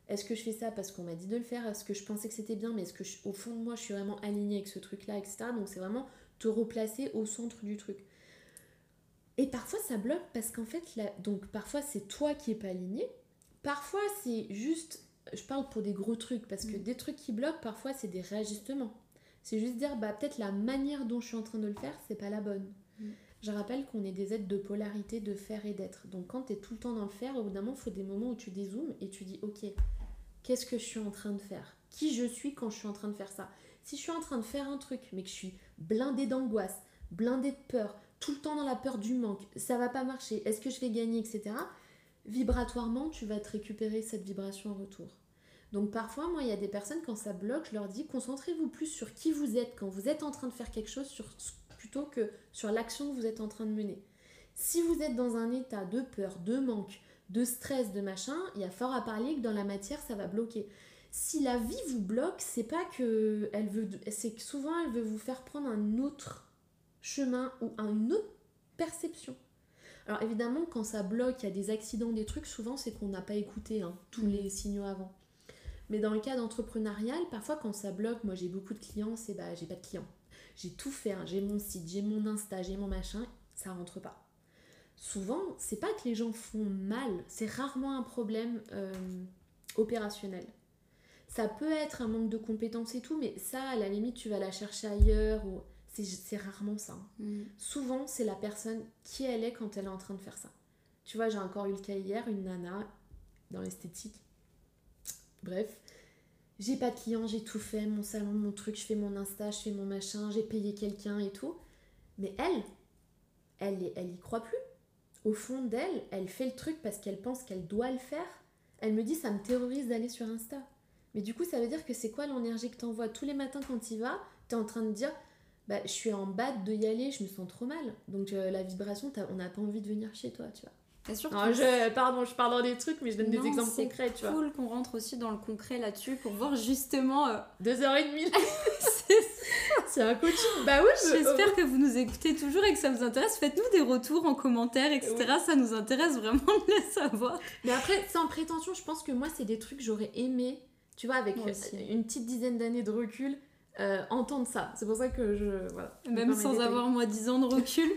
Est-ce que je fais ça parce qu'on m'a dit de le faire? Est-ce que je pensais que c'était bien? Mais est-ce que je, au fond de moi, je suis vraiment alignée avec ce truc-là, et cetera. Donc c'est vraiment te replacer au centre du truc. Et parfois ça bloque parce qu'en fait, là, donc parfois c'est toi qui n'es pas aligné. Parfois c'est juste, je parle pour des gros trucs, parce que mmh. des trucs qui bloquent, parfois c'est des réajustements. C'est juste dire, bah peut-être la manière dont je suis en train de le faire, c'est pas la bonne. Mmh. Je rappelle qu'on est des êtres de polarité, de faire et d'être. Donc quand tu es tout le temps dans le faire, au bout d'un moment, il faut des moments où tu dézoomes et tu dis, ok, qu'est-ce que je suis en train de faire? Qui je suis quand je suis en train de faire ça? Si je suis en train de faire un truc, mais que je suis blindée d'angoisse, blindée de peur, tout le temps dans la peur du manque, ça va pas marcher, est-ce que je vais gagner, et cetera. Vibratoirement, tu vas te récupérer cette vibration en retour. Donc parfois, moi, il y a des personnes, quand ça bloque, je leur dis, concentrez-vous plus sur qui vous êtes quand vous êtes en train de faire quelque chose, sur, plutôt que sur l'action que vous êtes en train de mener. Si vous êtes dans un état de peur, de manque, de stress, de machin, il y a fort à parier que dans la matière, ça va bloquer. Si la vie vous bloque, c'est pas que elle veut, c'est que souvent elle veut vous faire prendre un autre chemin ou une autre perception. Alors évidemment, quand ça bloque, il y a des accidents, des trucs, souvent c'est qu'on n'a pas écouté hein, tous les signaux avant. Mais dans le cas d'entrepreneurial, parfois quand ça bloque, moi j'ai beaucoup de clients, c'est bah j'ai pas de clients. J'ai tout fait, hein, j'ai mon site, j'ai mon Insta, j'ai mon machin, ça rentre pas. Souvent, c'est pas que les gens font mal, c'est rarement un problème euh, opérationnel. Ça peut être un manque de compétences et tout, mais ça, à la limite, tu vas la chercher ailleurs. Ou... C'est, c'est rarement ça. Mm. Souvent, c'est la personne qui elle est quand elle est en train de faire ça. Tu vois, j'ai encore eu le cas hier, une nana dans l'esthétique. Bref, j'ai pas de clients, j'ai tout fait, mon salon, mon truc, je fais mon Insta, je fais mon machin, j'ai payé quelqu'un et tout. Mais elle, elle, elle y croit plus. Au fond d'elle, elle fait le truc parce qu'elle pense qu'elle doit le faire. Elle me dit, ça me terrorise d'aller sur Insta. Mais du coup, ça veut dire que c'est quoi l'énergie que t'envoies tous les matins quand t'y vas? T'es en train de dire, bah, je suis en bas de y aller, je me sens trop mal. Donc euh, la vibration, on n'a pas envie de venir chez toi, tu vois. Bien sûr. Alors, je, pardon, je parle dans des trucs, mais je donne non, des exemples concrets, tu vois. C'est cool qu'on rentre aussi dans le concret là-dessus pour voir justement... Euh... Deux heures et demie. c'est c'est un coaching. Bah oui. Je... J'espère oh. que vous nous écoutez toujours et que ça vous intéresse. Faites-nous des retours en commentaire, et cetera. Oui. Ça nous intéresse vraiment de le savoir. Mais après, sans prétention, je pense que moi, c'est des trucs que j'aurais aimé... Tu vois, avec une petite dizaine d'années de recul, euh, entendre ça. C'est pour ça que je... Voilà, même sans avoir, moi, dix ans de recul.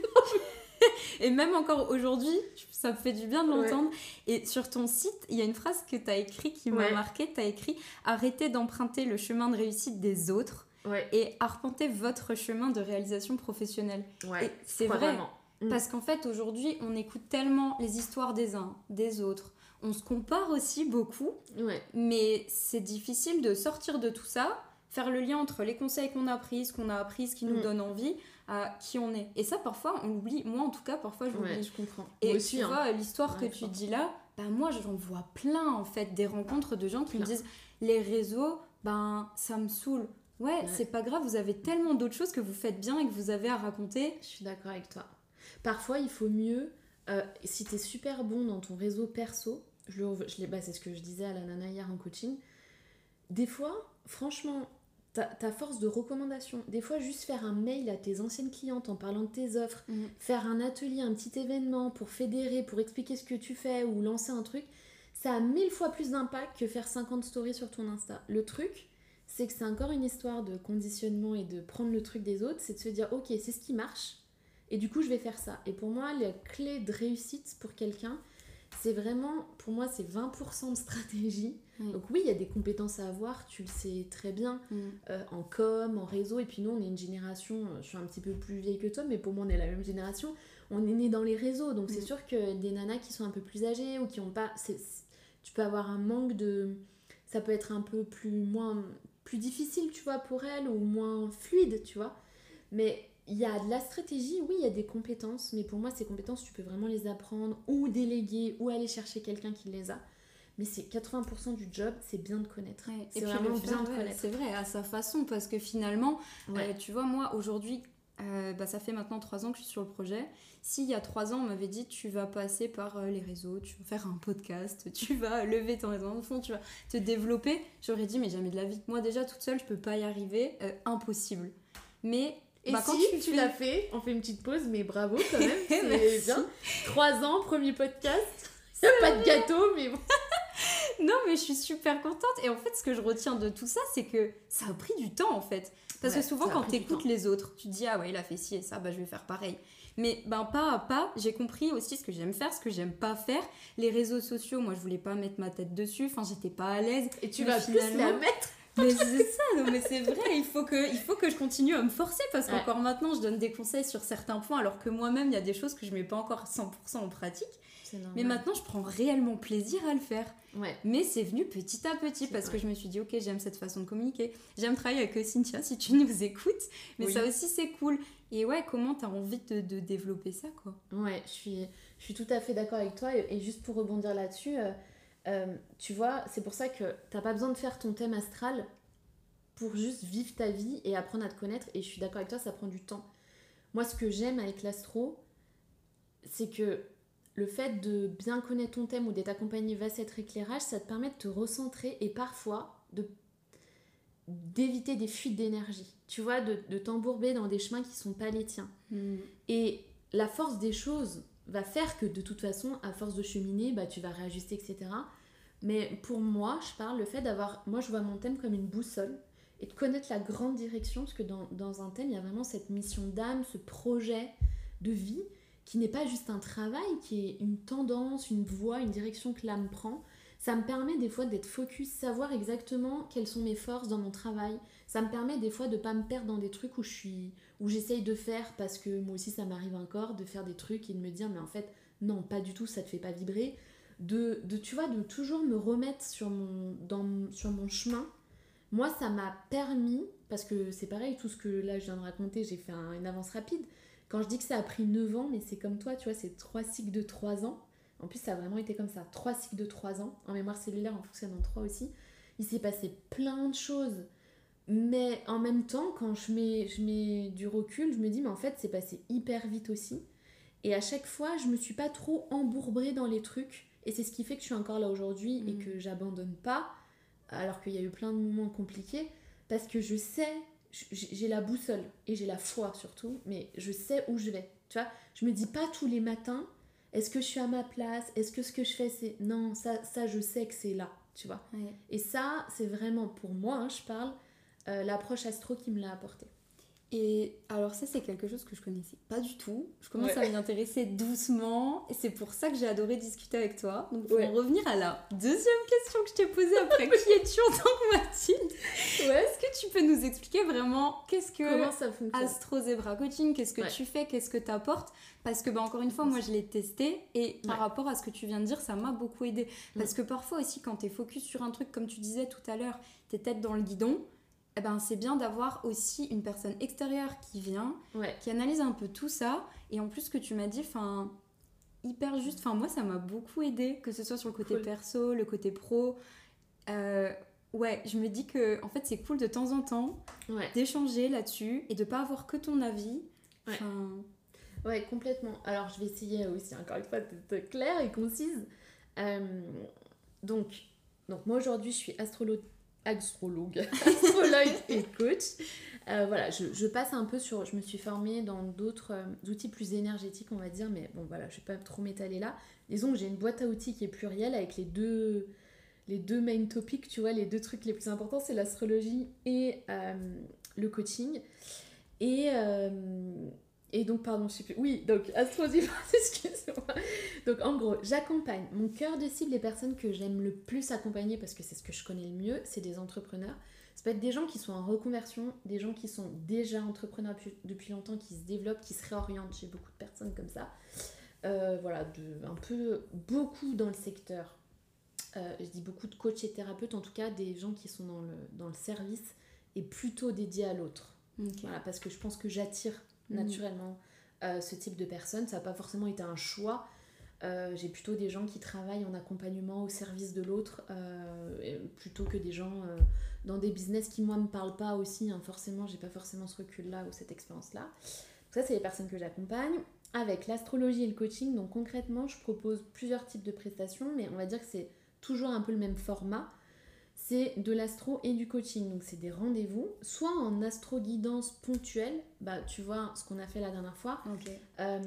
Et même encore aujourd'hui, ça me fait du bien de l'entendre. Ouais. Et sur ton site, il y a une phrase que tu as écrite qui m'a ouais. marquée. Tu as écrit « Arrêtez d'emprunter le chemin de réussite des autres ouais. et arpentez votre chemin de réalisation professionnelle. Ouais. » Et c'est vrai, vraiment. Parce qu'en fait, aujourd'hui, on écoute tellement les histoires des uns, des autres. On se compare aussi beaucoup, ouais. mais c'est difficile de sortir de tout ça, faire le lien entre les conseils qu'on a pris, ce qu'on a appris, ce qui nous mmh. donne envie, à qui on est. Et ça, parfois, on l'oublie. Moi, en tout cas, parfois, je l'oublie. Ouais, je comprends. Et moi aussi, tu hein. vois, l'histoire ouais, que tu fort. dis là, bah, moi, j'en vois plein, en fait, des rencontres de gens qui plein. me disent « Les réseaux, ben, ça me saoule. » Ouais, ouais, c'est pas grave, vous avez tellement d'autres choses que vous faites bien et que vous avez à raconter. Je suis d'accord avec toi. Parfois, il faut mieux, euh, si t'es super bon dans ton réseau perso, je le, je bah, c'est ce que je disais à la nana hier en coaching, des fois, franchement, ta, ta force de recommandation, des fois juste faire un mail à tes anciennes clientes en parlant de tes offres, mmh. faire un atelier, un petit événement pour fédérer, pour expliquer ce que tu fais ou lancer un truc, ça a mille fois plus d'impact que faire cinquante stories sur ton Insta. Le truc, c'est que c'est encore une histoire de conditionnement et de prendre le truc des autres, c'est de se dire ok, c'est ce qui marche et du coup je vais faire ça. Et pour moi, la clé de réussite pour quelqu'un, c'est vraiment, pour moi, c'est vingt pour cent de stratégie. Oui. Donc oui, il y a des compétences à avoir, tu le sais très bien, mm. euh, en com, en réseau. Et puis nous, on est une génération, je suis un petit peu plus vieille que toi, mais pour moi, on est la même génération. On est nés dans les réseaux, donc mm. c'est sûr que des nanas qui sont un peu plus âgées ou qui n'ont pas... C'est, c'est, tu peux avoir un manque de... Ça peut être un peu plus, moins, plus difficile, tu vois, pour elles, ou moins fluide, tu vois. Mais... Il y a de la stratégie, oui, il y a des compétences, mais pour moi, ces compétences, tu peux vraiment les apprendre ou déléguer ou aller chercher quelqu'un qui les a. Mais c'est quatre-vingts pour cent du job, c'est bien de connaître. Ouais, c'est et vraiment puis bien faire, de ouais, connaître. C'est vrai, à sa façon, parce que finalement, ouais. euh, tu vois, moi, aujourd'hui, euh, bah, ça fait maintenant trois ans que je suis sur le projet. S'il y a trois ans, on m'avait dit, tu vas passer par euh, les réseaux, tu vas faire un podcast, tu vas lever ton réseau en fond, tu vas te développer, j'aurais dit, mais jamais de la vie. Moi, déjà, toute seule, je peux pas y arriver, euh, impossible. Mais... Et bah, si quand tu, tu fais... l'as fait, on fait une petite pause, mais bravo quand même, c'est bien. Trois ans, premier podcast, il n'y a pas de gâteau, mais bon. Non, mais je suis super contente. Et en fait, ce que je retiens de tout ça, c'est que ça a pris du temps, en fait. Parce Ouais, que souvent, ça a quand pris du t'écoutes temps. les autres, tu te dis, ah ouais, il a fait ci et ça, bah je vais faire pareil. Mais ben, pas à pas, j'ai compris aussi ce que j'aime faire, ce que j'aime pas faire. Les réseaux sociaux, moi, je voulais pas mettre ma tête dessus. Enfin, j'étais pas à l'aise. Et tu Mais vas plus la finalement- mettre. Mais c'est ça, non, mais c'est vrai, il faut, que, il faut que je continue à me forcer parce Ouais. qu'encore maintenant, je donne des conseils sur certains points alors que moi-même, il y a des choses que je mets pas encore cent pour cent en pratique. C'est normal. Mais maintenant, je prends réellement plaisir à le faire. Ouais. Mais c'est venu petit à petit C'est parce vrai. que je me suis dit, ok, j'aime cette façon de communiquer. J'aime travailler avec Cynthia si tu nous écoutes. Mais Oui. ça aussi, c'est cool. Et ouais, comment t'as envie de, de développer ça, quoi? Ouais, je suis, je suis tout à fait d'accord avec toi. Et, et juste pour rebondir là-dessus, euh, euh, tu vois, c'est pour ça que t'as pas besoin de faire ton thème astral pour juste vivre ta vie et apprendre à te connaître. Et je suis d'accord avec toi, ça prend du temps. Moi, ce que j'aime avec l'astro, c'est que le fait de bien connaître ton thème ou d'être accompagné vers cet éclairage, ça te permet de te recentrer et parfois de d'éviter des fuites d'énergie. Tu vois, de, de t'embourber dans des chemins qui sont pas les tiens. Et la force des choses va faire que de toute façon, à force de cheminer, bah, tu vas réajuster, et cetera. Mais pour moi, je parle le fait d'avoir... Moi, je vois mon thème comme une boussole et de connaître la grande direction, parce que dans, dans un thème, il y a vraiment cette mission d'âme, ce projet de vie qui n'est pas juste un travail, qui est une tendance, une voie, une direction que l'âme prend. Ça me permet des fois d'être focus, savoir exactement quelles sont mes forces dans mon travail. Ça me permet des fois de ne pas me perdre dans des trucs où je suis, où j'essaye de faire, parce que moi aussi ça m'arrive encore, de faire des trucs et de me dire mais en fait non, pas du tout, ça te fait pas vibrer. De, de tu vois, de toujours me remettre sur mon, dans, sur mon chemin. Moi ça m'a permis, parce que c'est pareil, tout ce que là je viens de raconter, j'ai fait un, une avance rapide. Quand je dis que ça a pris neuf ans, mais c'est comme toi, tu vois, c'est trois cycles de trois ans. En plus, ça a vraiment été comme ça. Trois cycles de trois ans. En mémoire cellulaire, on fonctionne en trois aussi. Il s'est passé plein de choses. Mais en même temps, quand je mets, je mets du recul, je me dis, mais en fait, c'est passé hyper vite aussi. Et à chaque fois, je me suis pas trop embourbrée dans les trucs. Et c'est ce qui fait que je suis encore là aujourd'hui Mmh. et que j'abandonne pas, alors qu'il y a eu plein de moments compliqués. Parce que je sais, j'ai la boussole et j'ai la foi surtout, mais je sais où je vais. Tu vois, je me dis pas tous les matins, est-ce que je suis à ma place? Est-ce que ce que je fais, c'est... Non, ça, ça je sais que c'est là, tu vois. Ouais. Et ça, c'est vraiment pour moi, hein, je parle, euh, l'approche astro qui me l'a apporté. Et alors ça, c'est quelque chose que je connaissais pas du tout. Je commence Ouais. à m'y intéresser doucement et c'est pour ça que j'ai adoré discuter avec toi. Donc pour Ouais. en revenir à la deuxième question que je t'ai posée après, qui es-tu en tant que Mathilde? Ouais. Est-ce que tu peux nous expliquer vraiment qu'est-ce que Comment ça fonctionne? Astro Zebra Coaching, qu'est-ce que Ouais. tu fais, qu'est-ce que tu apportes? Parce que bah, encore une fois, moi je l'ai testé et par Ouais. rapport à ce que tu viens de dire, ça m'a beaucoup aidé. Parce Mm. que parfois aussi, quand tu es focus sur un truc, comme tu disais tout à l'heure, t'es tête dans le guidon, eh ben, c'est bien d'avoir aussi une personne extérieure qui vient, Ouais. qui analyse un peu tout ça. Et en plus, ce que tu m'as dit, enfin, hyper juste. Enfin, moi, ça m'a beaucoup aidé, que ce soit sur le côté Cool. perso, le côté pro. Euh, ouais, je me dis que en fait, c'est cool de temps en temps Ouais. d'échanger là-dessus et de pas avoir que ton avis. Ouais. Enfin, Ouais, complètement. Alors, je vais essayer aussi, encore une fois, d'être claire et concise. Euh, donc, donc, moi, aujourd'hui, je suis astrologue, astrologue, astrologue et coach. Euh, voilà, je, je passe un peu sur... Je me suis formée dans d'autres euh, outils plus énergétiques, on va dire, mais bon, voilà, je vais pas trop m'étaler là. Disons que j'ai une boîte à outils qui est plurielle avec les deux, les deux main topics, tu vois, les deux trucs les plus importants, c'est l'astrologie et euh, le coaching. Et... euh, Et donc, pardon, je sais plus. Oui, donc, astrologie, excuse-moi. Donc, en gros, j'accompagne. Mon cœur de cible, les personnes que j'aime le plus accompagner, parce que c'est ce que je connais le mieux, c'est des entrepreneurs. Ça peut être des gens qui sont en reconversion, des gens qui sont déjà entrepreneurs depuis, depuis longtemps, qui se développent, qui se réorientent. J'ai beaucoup de personnes comme ça. Euh, voilà, de, un peu, beaucoup dans le secteur. Euh, je dis beaucoup de coachs et thérapeutes, en tout cas, des gens qui sont dans le, dans le service et plutôt dédiés à l'autre. ok. Voilà, parce que je pense que j'attire naturellement euh, ce type de personnes. Ça n'a pas forcément été un choix. Euh, j'ai plutôt des gens qui travaillent en accompagnement au service de l'autre euh, plutôt que des gens euh, dans des business qui moi me parlent pas aussi, hein. Forcément j'ai pas forcément ce recul là ou cette expérience là. Donc ça c'est les personnes que j'accompagne avec l'astrologie et le coaching. Donc concrètement je propose plusieurs types de prestations, mais on va dire que c'est toujours un peu le même format. C'est de l'astro et du coaching, donc c'est des rendez-vous, soit en astro-guidance ponctuelle, bah tu vois ce qu'on a fait la dernière fois, Ok. euh,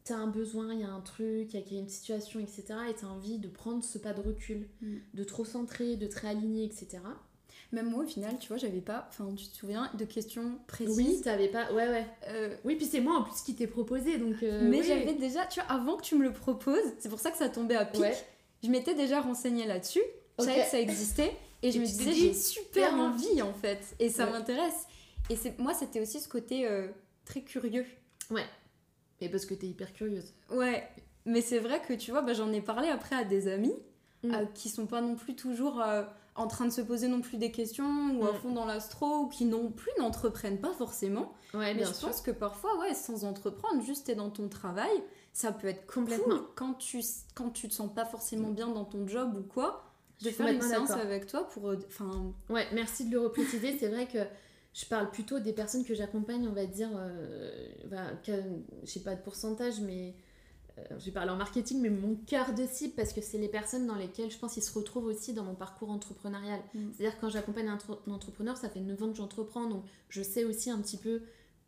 t'as un besoin, il y a un truc, il y a une situation, et cetera. Et t'as envie de prendre ce pas de recul, mm. de te recentrer, de te réaligner, et cetera. Même moi, au final, tu vois, j'avais pas... Enfin, tu te souviens de questions précises. Oui, t'avais pas... Ouais, ouais. Euh... Oui, puis c'est moi, en plus, qui t'ai proposé, donc... Euh, mais oui. j'avais déjà... Tu vois, avant que tu me le proposes, c'est pour ça que ça tombait à pic, ouais. je m'étais déjà renseignée là-dessus. Je okay. savais que ça existait. Et, et je me disais, j'ai super envie, en fait. Et ça ouais. m'intéresse. Et c'est... moi, c'était aussi ce côté euh, très curieux. Ouais. Mais parce que t'es hyper curieuse. Ouais. Mais c'est vrai que, tu vois, bah, j'en ai parlé après à des amis mm. euh, qui sont pas non plus toujours... Euh, en train de se poser non plus des questions ou à fond dans l'astro ou qui non plus n'entreprennent pas forcément. Ouais, mais bien je sûr. pense que parfois, ouais, sans entreprendre, juste t'es dans ton travail, ça peut être complètement cool quand tu, quand tu te sens pas forcément bien dans ton job ou quoi, de faire une séance d'accord. avec toi pour... Enfin... Ouais, merci de le repréciser. C'est vrai que je parle plutôt des personnes que j'accompagne, on va dire, euh, bah, que, je sais pas de pourcentage, mais... je vais parler en marketing, mais mon cœur de cible, parce que c'est les personnes dans lesquelles je pense qu'ils se retrouvent aussi dans mon parcours entrepreneurial. Mmh. C'est-à-dire que quand j'accompagne un, entre- un entrepreneur, ça fait neuf ans que j'entreprends, donc je sais aussi un petit peu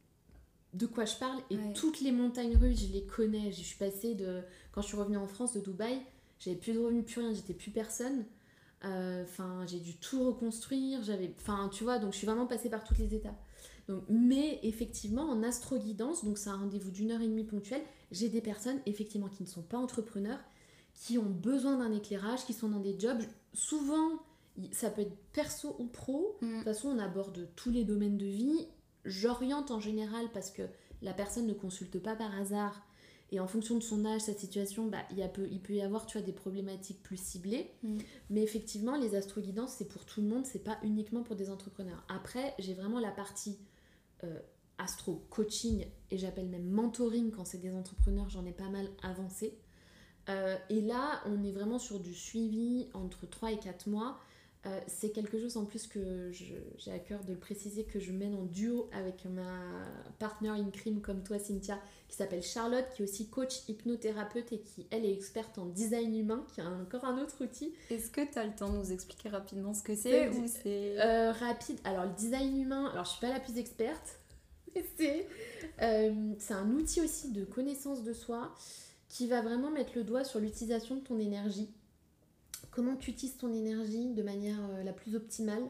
de quoi je parle. Et ouais. toutes les montagnes russes, je les connais. Je suis passée de... Quand je suis revenue en France, de Dubaï, j'avais plus de revenus, plus rien, j'étais plus personne. Enfin, euh, j'ai dû tout reconstruire. J'avais... Enfin, tu vois, donc je suis vraiment passée par toutes les étapes. Donc, mais effectivement, en astro-guidance, donc c'est un rendez-vous d'une heure et demie ponctuel, j'ai des personnes effectivement qui ne sont pas entrepreneurs, qui ont besoin d'un éclairage, qui sont dans des jobs. Souvent, ça peut être perso ou pro. Mm. De toute façon, on aborde tous les domaines de vie. J'oriente en général parce que la personne ne consulte pas par hasard. Et en fonction de son âge, sa situation, bah, il, y a peu, il peut y avoir tu vois, des problématiques plus ciblées. Mm. Mais effectivement, les astro-guidances, c'est pour tout le monde, c'est pas uniquement pour des entrepreneurs. Après, j'ai vraiment la partie... Euh, astro coaching et j'appelle même mentoring quand c'est des entrepreneurs, j'en ai pas mal avancé euh, et là on est vraiment sur du suivi entre trois et quatre mois. Euh, c'est quelque chose en plus que je, j'ai à cœur de le préciser, que je mène en duo avec ma partner in crime comme toi Cynthia, qui s'appelle Charlotte, qui est aussi coach hypnothérapeute et qui elle est experte en design humain, qui a encore un autre outil. Est-ce que tu as le temps de nous expliquer rapidement ce que c'est, c'est ou c'est... Euh, rapide, alors le design humain, alors je suis pas la plus experte. C'est, euh, c'est un outil aussi de connaissance de soi qui va vraiment mettre le doigt sur l'utilisation de ton énergie. Comment tu utilises ton énergie de manière euh, la plus optimale.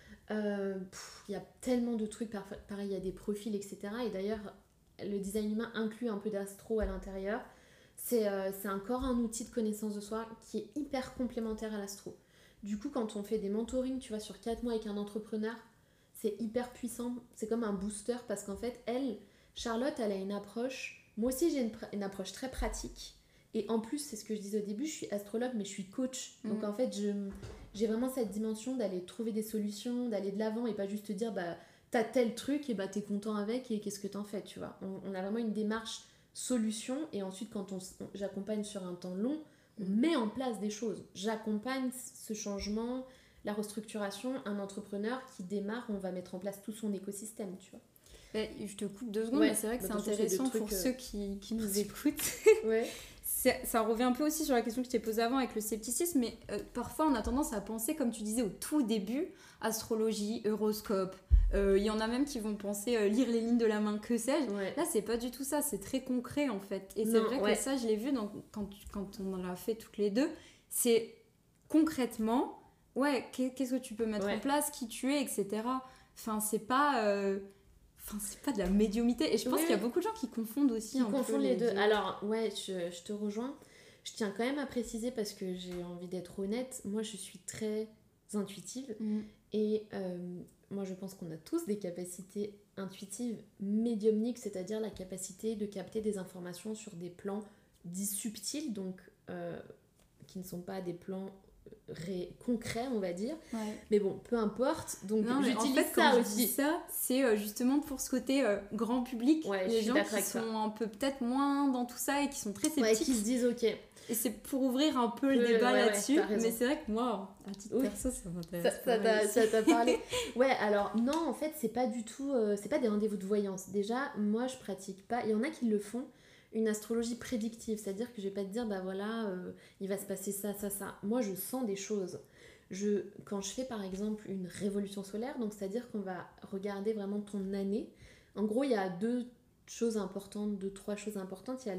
Euh, il y a tellement de trucs, par, pareil, il y a des profils, et cetera. Et d'ailleurs, le design humain inclut un peu d'astro à l'intérieur. C'est, euh, c'est encore un outil de connaissance de soi qui est hyper complémentaire à l'astro. Du coup, quand on fait des mentorings, tu vois, sur quatre mois avec un entrepreneur, c'est hyper puissant, c'est comme un booster parce qu'en fait, elle, Charlotte, elle a une approche, moi aussi j'ai une, une approche très pratique et en plus, c'est ce que je disais au début, je suis astrologue mais je suis coach, mmh. donc en fait, je, j'ai vraiment cette dimension d'aller trouver des solutions, d'aller de l'avant et pas juste te dire, bah, t'as tel truc et bah t'es content avec et qu'est-ce que t'en fais, tu vois. On, on a vraiment une démarche solution et ensuite quand on, on, j'accompagne sur un temps long, on mmh. met en place des choses, j'accompagne ce changement, la restructuration, un entrepreneur qui démarre, on va mettre en place tout son écosystème, tu vois. Mais je te coupe deux secondes, ouais, mais c'est vrai que bah, c'est intéressant pour euh... ceux qui, qui nous écoutent. Ouais. c'est, ça revient un peu aussi sur la question que je t'ai posée avant avec le scepticisme, mais euh, parfois on a tendance à penser, comme tu disais au tout début, astrologie, horoscope. Il euh, y en a même qui vont penser euh, lire les lignes de la main, que sais-je. Ouais. Là, c'est pas du tout ça, c'est très concret en fait. Et non, c'est vrai ouais. que ça, je l'ai vu dans, quand, quand on l'a fait toutes les deux. C'est concrètement... Ouais, qu'est-ce que tu peux mettre ouais. en place, qui tu es, et cetera. Enfin, c'est pas, euh... enfin, c'est pas de la médiumité. Et je pense oui. qu'il y a beaucoup de gens qui confondent aussi. Qui un confondent peu les deux. deux. Alors, ouais, je, je te rejoins. Je tiens quand même à préciser parce que j'ai envie d'être honnête. Moi, je suis très intuitive. Mm. Et euh, moi, je pense qu'on a tous des capacités intuitives médiumniques, c'est-à-dire la capacité de capter des informations sur des plans dits subtils, donc euh, qui ne sont pas des plans... Ré... concret on va dire ouais. mais bon peu importe donc non, j'utilise en fait, ça quand aussi je dis ça c'est euh, justement pour ce côté euh, grand public ouais, les gens qui sont un peu peut-être moins dans tout ça et qui sont très sceptiques ouais, qui se disent ok et c'est pour ouvrir un peu le euh, débat ouais, là-dessus ouais, mais c'est vrai que moi à titre oui. perso ça m'intéresse ça, ça, t'a, ça t'a parlé ouais alors non en fait c'est pas du tout euh, c'est pas des rendez-vous de voyance déjà moi je pratique pas il y en a qui le font une astrologie prédictive, c'est-à-dire que je vais pas te dire bah voilà euh, il va se passer ça ça ça. Moi je sens des choses. Je quand je fais par exemple une révolution solaire, donc c'est-à-dire qu'on va regarder vraiment ton année. En gros il y a deux choses importantes, deux trois choses importantes. Il y a le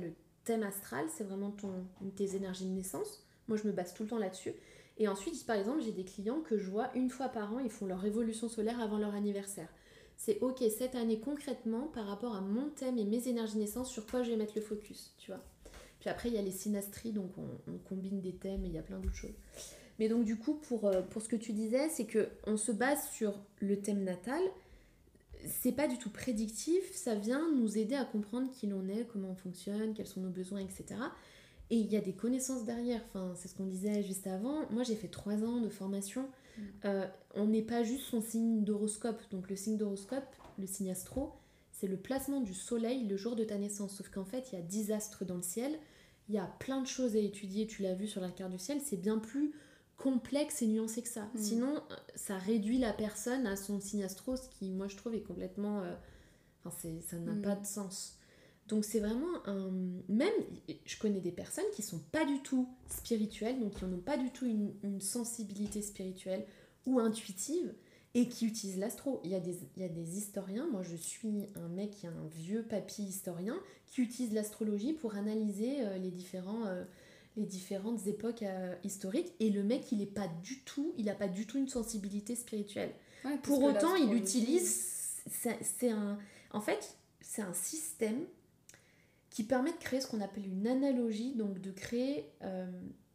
thème astral, c'est vraiment ton, tes énergies de naissance. Moi, je me base tout le temps là-dessus. Et ensuite, par exemple, j'ai des clients que je vois une fois par an, ils font leur révolution solaire avant leur anniversaire. C'est ok, cette année concrètement, par rapport à mon thème et mes énergies de naissance, sur quoi je vais mettre le focus, tu vois. Puis après, il y a les synastries, donc on, on combine des thèmes et il y a plein d'autres choses. Mais donc du coup, pour, pour ce que tu disais, c'est qu'on se base sur le thème natal. C'est pas du tout prédictif, ça vient nous aider à comprendre qui l'on est, comment on fonctionne, quels sont nos besoins, et cetera. Et il y a des connaissances derrière, enfin, c'est ce qu'on disait juste avant. Moi, j'ai fait trois ans de formation. Mmh. Euh, on n'est pas juste son signe d'horoscope. Donc le signe d'horoscope, le signe astro, c'est le placement du soleil le jour de ta naissance. Sauf qu'en fait, il y a dix astres dans le ciel. Il y a plein de choses à étudier, tu l'as vu sur la carte du ciel. C'est bien plus complexe et nuancé que ça. Mmh. Sinon, ça réduit la personne à son signe astro, ce qui, moi, je trouve, est complètement... Euh... Enfin, c'est, ça n'a mmh. pas de sens. Donc c'est vraiment un... Même, je connais des personnes qui sont pas du tout spirituelles, donc qui n'ont pas du tout une, une sensibilité spirituelle ou intuitive, et qui utilisent l'astro. Il y a des, il y a des historiens, moi je suis un mec qui a un vieux papy historien, qui utilise l'astrologie pour analyser euh, les, différents, euh, les différentes époques euh, historiques, et le mec il est pas du tout, il a pas du tout une sensibilité spirituelle. Ouais, pour autant il utilise... C'est, c'est un... En fait, c'est un système qui permet de créer ce qu'on appelle une analogie, donc de créer, euh,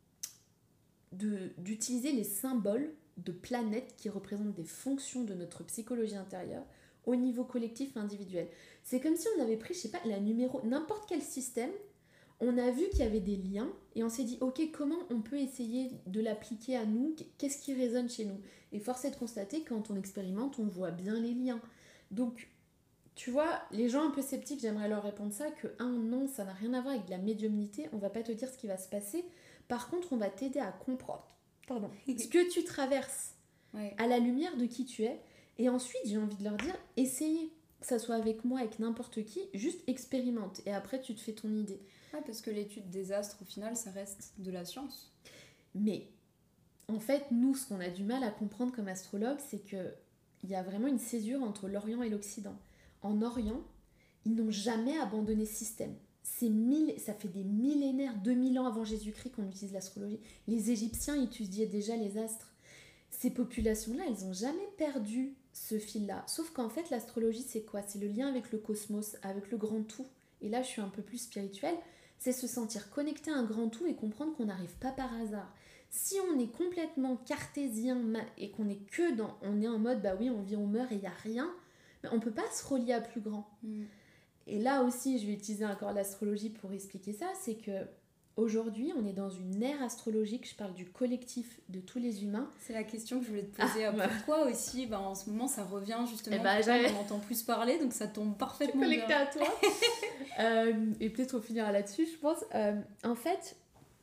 de, d'utiliser les symboles de planètes qui représentent des fonctions de notre psychologie intérieure au niveau collectif et individuel. C'est comme si on avait pris, je sais pas, la numéro, n'importe quel système, on a vu qu'il y avait des liens et on s'est dit, ok, comment on peut essayer de l'appliquer à nous, qu'est-ce qui résonne chez nous? Et force est de constater, quand on expérimente, on voit bien les liens. Donc, tu vois, les gens un peu sceptiques, j'aimerais leur répondre ça, que un, non, ça n'a rien à voir avec de la médiumnité, on va pas te dire ce qui va se passer, par contre, on va t'aider à comprendre pardon, ce que tu traverses ouais. à la lumière de qui tu es, et ensuite, j'ai envie de leur dire, essayez, que ça soit avec moi, avec n'importe qui, juste expérimente, et après, tu te fais ton idée. Ouais, parce que l'étude des astres, au final, ça reste de la science. Mais, en fait, nous, ce qu'on a du mal à comprendre comme astrologue, c'est que il y a vraiment une césure entre l'Orient et l'Occident. En Orient, ils n'ont jamais abandonné ce système. C'est mille, ça fait des millénaires, deux mille ans avant Jésus-Christ qu'on utilise l'astrologie. Les Égyptiens étudiaient déjà les astres. Ces populations-là, elles n'ont jamais perdu ce fil-là. Sauf qu'en fait, l'astrologie, c'est quoi? C'est le lien avec le cosmos, avec le grand tout. Et là, je suis un peu plus spirituelle. C'est se sentir connecté à un grand tout et comprendre qu'on n'arrive pas par hasard. Si on est complètement cartésien et qu'on est que dans... On est en mode, bah oui, on vit, on meurt et il n'y a rien... Mais on ne peut pas se relier à plus grand. Mm. Et là aussi, je vais utiliser encore l'astrologie pour expliquer ça, c'est que aujourd'hui, on est dans une ère astrologique, je parle du collectif de tous les humains. C'est la question que je voulais te poser. Ah, pourquoi ouais. aussi, ben, en ce moment, ça revient justement, eh ben, on entend plus parler, donc ça tombe parfaitement bien. Connecté à toi. euh, et peut-être on finira là-dessus, je pense. Euh, en fait,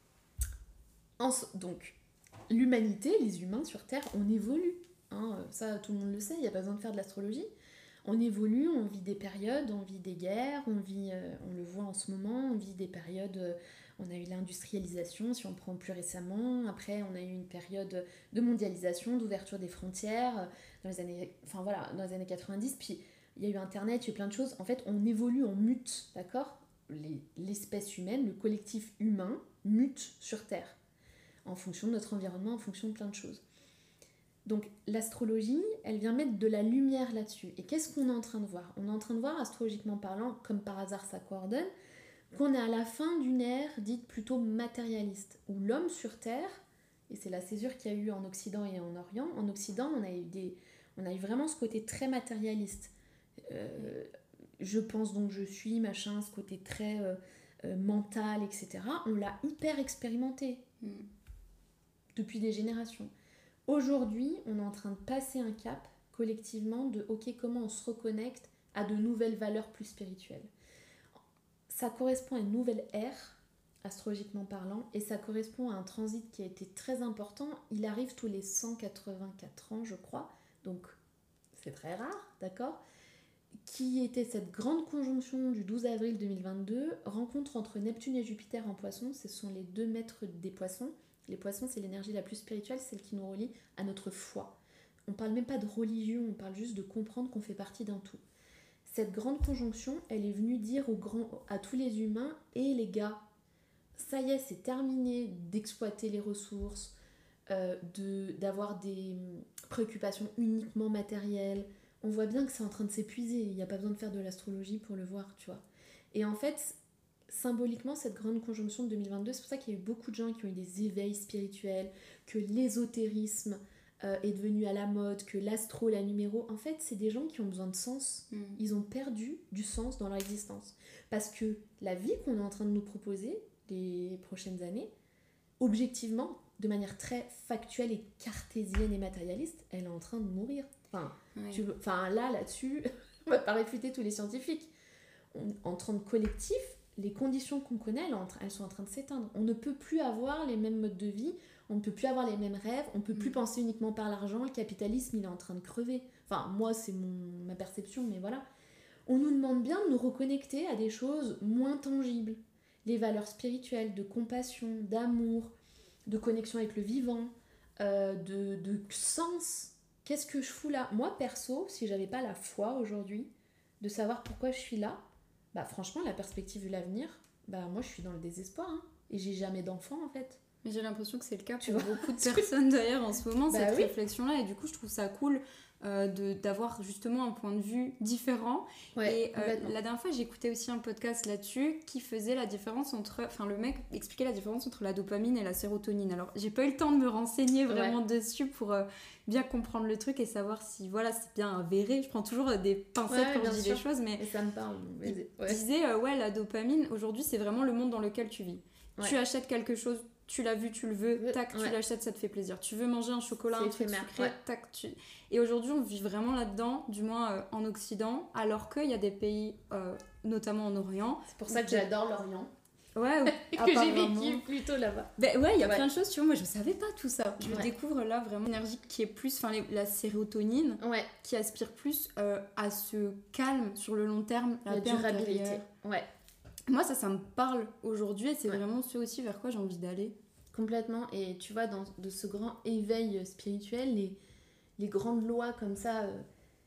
en, donc, l'humanité, les humains sur Terre, on évolue. Hein, ça, tout le monde le sait, il n'y a pas besoin de faire de l'astrologie. On évolue, on vit des périodes, on vit des guerres, on vit, euh, on le voit en ce moment, on vit des périodes, euh, on a eu l'industrialisation, si on prend plus récemment, après on a eu une période de mondialisation, d'ouverture des frontières, dans les années, enfin voilà, dans les années quatre-vingt-dix, puis il y a eu Internet, il y a eu plein de choses, en fait on évolue, on mute, d'accord? Les, l'espèce humaine, le collectif humain mute sur Terre, en fonction de notre environnement, en fonction de plein de choses. Donc l'astrologie, elle vient mettre de la lumière là-dessus. Et qu'est-ce qu'on est en train de voir? On est en train de voir, astrologiquement parlant, comme par hasard ça coordonne, qu'on est à la fin d'une ère dite plutôt matérialiste, où l'homme sur Terre, et c'est la césure qu'il y a eu en Occident et en Orient, en Occident on a eu, des, on a eu vraiment ce côté très matérialiste. Euh, je pense donc je suis, machin, ce côté très euh, euh, mental, et cetera. On l'a hyper expérimenté mm. depuis des générations. Aujourd'hui, on est en train de passer un cap collectivement de ok, comment on se reconnecte à de nouvelles valeurs plus spirituelles. Ça correspond à une nouvelle ère, astrologiquement parlant, et ça correspond à un transit qui a été très important. Il arrive tous les cent quatre-vingt-quatre ans, je crois, donc c'est très rare, d'accord ? Qui était cette grande conjonction du douze avril deux mille vingt-deux, rencontre entre Neptune et Jupiter en Poissons, ce sont les deux maîtres des Poissons. Les poissons, c'est l'énergie la plus spirituelle, celle qui nous relie à notre foi. On parle même pas de religion, on parle juste de comprendre qu'on fait partie d'un tout. cette grande conjonction, elle est venue dire aux grands, à tous les humains, et les gars, ça y est, c'est terminé d'exploiter les ressources, euh, de, d'avoir des préoccupations uniquement matérielles. On voit bien que c'est en train de s'épuiser, il n'y a pas besoin de faire de l'astrologie pour le voir, tu vois. Et en fait, symboliquement, cette grande conjonction de deux mille vingt-deux, c'est pour ça qu'il y a eu beaucoup de gens qui ont eu des éveils spirituels, que l'ésotérisme euh, est devenu à la mode, que l'astro, la numéro, en fait, c'est des gens qui ont besoin de sens. Mm. Ils ont perdu du sens dans leur existence. Parce que la vie qu'on est en train de nous proposer les prochaines années, objectivement, de manière très factuelle et cartésienne et matérialiste, elle est en train de mourir. Enfin, oui. tu, enfin là, là-dessus, on va pas réfuter tous les scientifiques. On, en termes de collectif, les conditions qu'on connaît, elles, elles sont en train de s'éteindre. On ne peut plus avoir les mêmes modes de vie, on ne peut plus avoir les mêmes rêves, on ne peut plus mmh. penser uniquement par l'argent, le capitalisme, il est en train de crever. Enfin, moi, c'est mon, ma perception, mais voilà. On nous demande bien de nous reconnecter à des choses moins tangibles. Les valeurs spirituelles, de compassion, d'amour, de connexion avec le vivant, euh, de, de sens. Qu'est-ce que je fous là ? Moi, perso, si j'avais pas la foi aujourd'hui, de savoir pourquoi je suis là, bah franchement, la perspective de l'avenir, bah moi, je suis dans le désespoir. Hein, et j'ai jamais d'enfant, en fait. Mais j'ai l'impression que c'est le cas pour beaucoup de personnes d'ailleurs en ce moment, bah cette oui. réflexion-là. Et du coup, je trouve ça cool euh, de, d'avoir justement un point de vue différent. Ouais, et euh, la dernière fois, j'écoutais aussi un podcast là-dessus qui faisait la différence entre... Enfin, le mec expliquait la différence entre la dopamine et la sérotonine. Alors, j'ai pas eu le temps de me renseigner vraiment ouais. dessus pour euh, bien comprendre le truc et savoir si, voilà, c'est bien avéré. Je prends toujours des pincettes ouais, quand je dis sûr. les choses, mais... Et ça me parle. Mais... Il ouais. disait, euh, ouais, la dopamine, aujourd'hui, c'est vraiment le monde dans lequel tu vis. Ouais. Tu achètes quelque chose... Tu l'as vu, tu le veux, tac, ouais. tu l'achètes, ça te fait plaisir. Tu veux manger un chocolat, c'est un truc sucré, ouais. tac, tu... Et aujourd'hui, on vit vraiment là-dedans, du moins euh, en Occident, alors qu'il y a des pays, euh, notamment en Orient... C'est pour ça que j'adore l'Orient. Ouais, que j'ai vécu plutôt là-bas. Ben ouais, il y a ouais. plein de choses, tu vois, moi je savais pas tout ça. Je ouais. découvre là vraiment l'énergie qui est plus, enfin la sérotonine, ouais. qui aspire plus euh, à ce calme sur le long terme, la, la durabilité. Intérieure. Ouais. Moi, ça, ça me parle aujourd'hui et c'est ouais. vraiment ce aussi vers quoi j'ai envie d'aller. Complètement. Et tu vois, dans de ce grand éveil spirituel, les, les grandes lois comme ça, euh,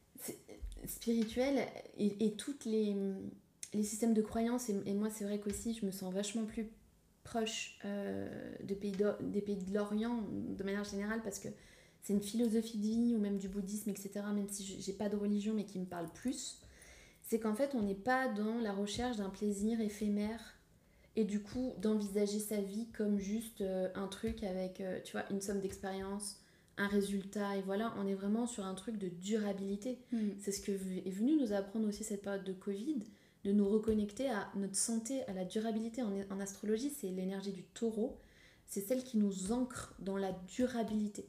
spirituelles et, et toutes les, les systèmes de croyances, et, et moi, c'est vrai qu'aussi, je me sens vachement plus proche euh, des, pays de, des pays de l'Orient, de manière générale, parce que c'est une philosophie de vie, ou même du bouddhisme, et cetera, même si j'ai pas de religion, mais qui me parle plus. C'est qu'en fait, on n'est pas dans la recherche d'un plaisir éphémère et du coup, d'envisager sa vie comme juste euh, un truc avec, euh, tu vois, une somme d'expérience, un résultat, et voilà, on est vraiment sur un truc de durabilité. Mmh. C'est ce que est venu nous apprendre aussi cette période de Covid, de nous reconnecter à notre santé, à la durabilité. En, en astrologie, c'est l'énergie du taureau, c'est celle qui nous ancre dans la durabilité.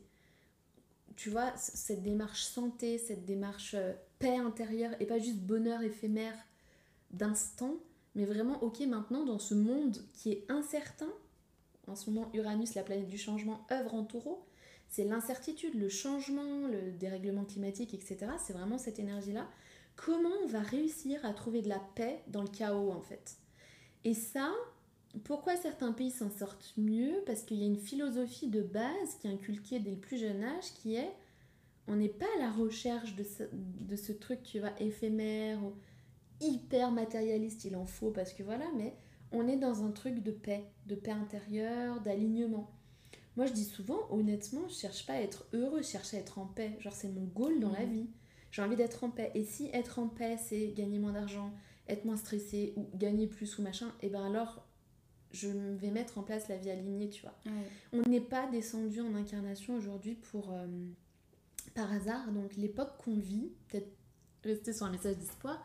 Tu vois, cette démarche santé, cette démarche euh, paix intérieure, et pas juste bonheur éphémère d'instant, mais vraiment, ok, maintenant, dans ce monde qui est incertain, en ce moment, Uranus, la planète du changement, œuvre en taureau, c'est l'incertitude, le changement, le dérèglement climatique, et cetera. C'est vraiment cette énergie-là. Comment on va réussir à trouver de la paix dans le chaos, en fait ? Et ça... Pourquoi certains pays s'en sortent mieux ? Parce qu'il y a une philosophie de base qui est inculquée dès le plus jeune âge, qui est, on n'est pas à la recherche de ce, de ce truc, tu vois, éphémère, ou hyper matérialiste, il en faut, parce que voilà, mais on est dans un truc de paix, de paix intérieure, d'alignement. Moi, je dis souvent, honnêtement, je cherche pas à être heureux, je cherche à être en paix. Genre, c'est mon goal dans mmh. la vie. J'ai envie d'être en paix. Et si être en paix, c'est gagner moins d'argent, être moins stressé, ou gagner plus, ou machin, et ben alors... je vais mettre en place la vie alignée, tu vois. Ouais. On n'est pas descendu en incarnation aujourd'hui pour euh, par hasard. Donc l'époque qu'on vit, peut-être rester sur un message d'espoir,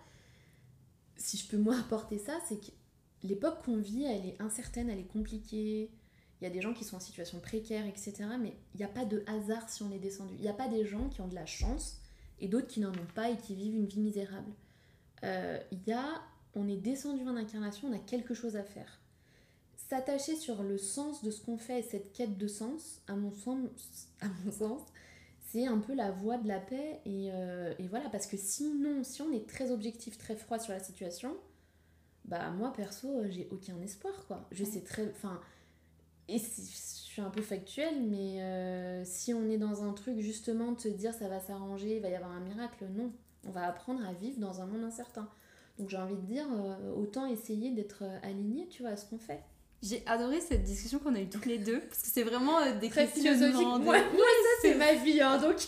si je peux moi apporter ça, c'est que l'époque qu'on vit, elle est incertaine, elle est compliquée. Il y a des gens qui sont en situation précaire, et cetera. Mais il n'y a pas de hasard si on est descendu. Il n'y a pas des gens qui ont de la chance et d'autres qui n'en ont pas et qui vivent une vie misérable. Euh, il y a, on est descendu en incarnation, on a quelque chose à faire. S'attacher sur le sens de ce qu'on fait et cette quête de sens, à mon sens, à mon sens c'est un peu la voie de la paix. Et, euh, et voilà, parce que sinon, si on est très objectif, très froid sur la situation, bah moi, perso, j'ai aucun espoir, quoi. Je sais très... Enfin, et si, je suis un peu factuelle, mais euh, si on est dans un truc, justement, de te dire ça va s'arranger, il va y avoir un miracle, non. on va apprendre à vivre dans un monde incertain. Donc j'ai envie de dire, euh, autant essayer d'être euh, aligné, tu vois, à ce qu'on fait. J'ai adoré cette discussion qu'on a eue toutes les deux, parce que c'est vraiment euh, des Très philosophique. questionnements. De... Moi, moi, ça, c'est ma vie, hein, donc...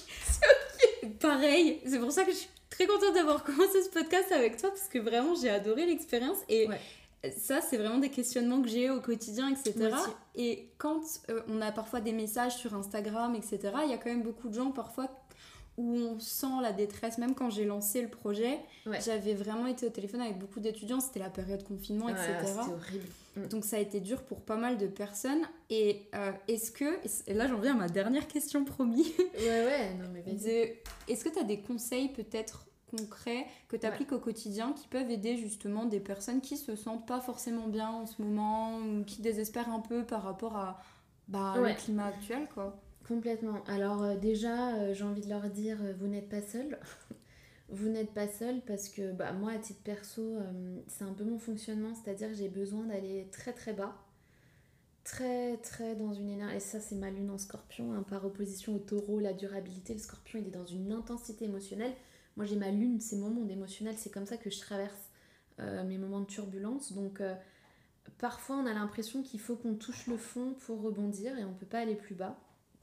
Pareil, c'est pour ça que je suis très contente d'avoir commencé ce podcast avec toi, parce que vraiment, j'ai adoré l'expérience. Et Ouais. ça, c'est vraiment des questionnements que j'ai au quotidien, et cetera. Moi aussi. Et quand euh, on a parfois des messages sur Instagram, et cetera, il y a quand même beaucoup de gens, parfois, où on sent la détresse. Même quand j'ai lancé le projet, Ouais. j'avais vraiment été au téléphone avec beaucoup d'étudiants, c'était la période confinement, Ouais, et cetera. c'était horrible. Mm. Donc ça a été dur pour pas mal de personnes. Et euh, est-ce que, et là j'en viens à ma dernière question promis, Ouais, ouais, non mais vas-y. de, est-ce que tu as des conseils peut-être concrets que tu appliques au quotidien qui peuvent aider justement des personnes qui se sentent pas forcément bien en ce moment ou qui désespèrent un peu par rapport à bah, Ouais. le climat actuel quoi. Complètement. Alors euh, déjà, euh, j'ai envie de leur dire, euh, vous n'êtes pas seuls. Vous n'êtes pas seuls parce que bah, moi, à titre perso, euh, c'est un peu mon fonctionnement, c'est-à-dire que j'ai besoin d'aller très très bas, très très dans une énergie. Et ça, c'est ma lune en scorpion, hein, par opposition au taureau, la durabilité. Le scorpion, il est dans une intensité émotionnelle. Moi, j'ai ma lune, c'est mon monde émotionnel, c'est comme ça que je traverse euh, mes moments de turbulence. Donc, euh, parfois, on a l'impression qu'il faut qu'on touche le fond pour rebondir et on peut pas aller plus bas.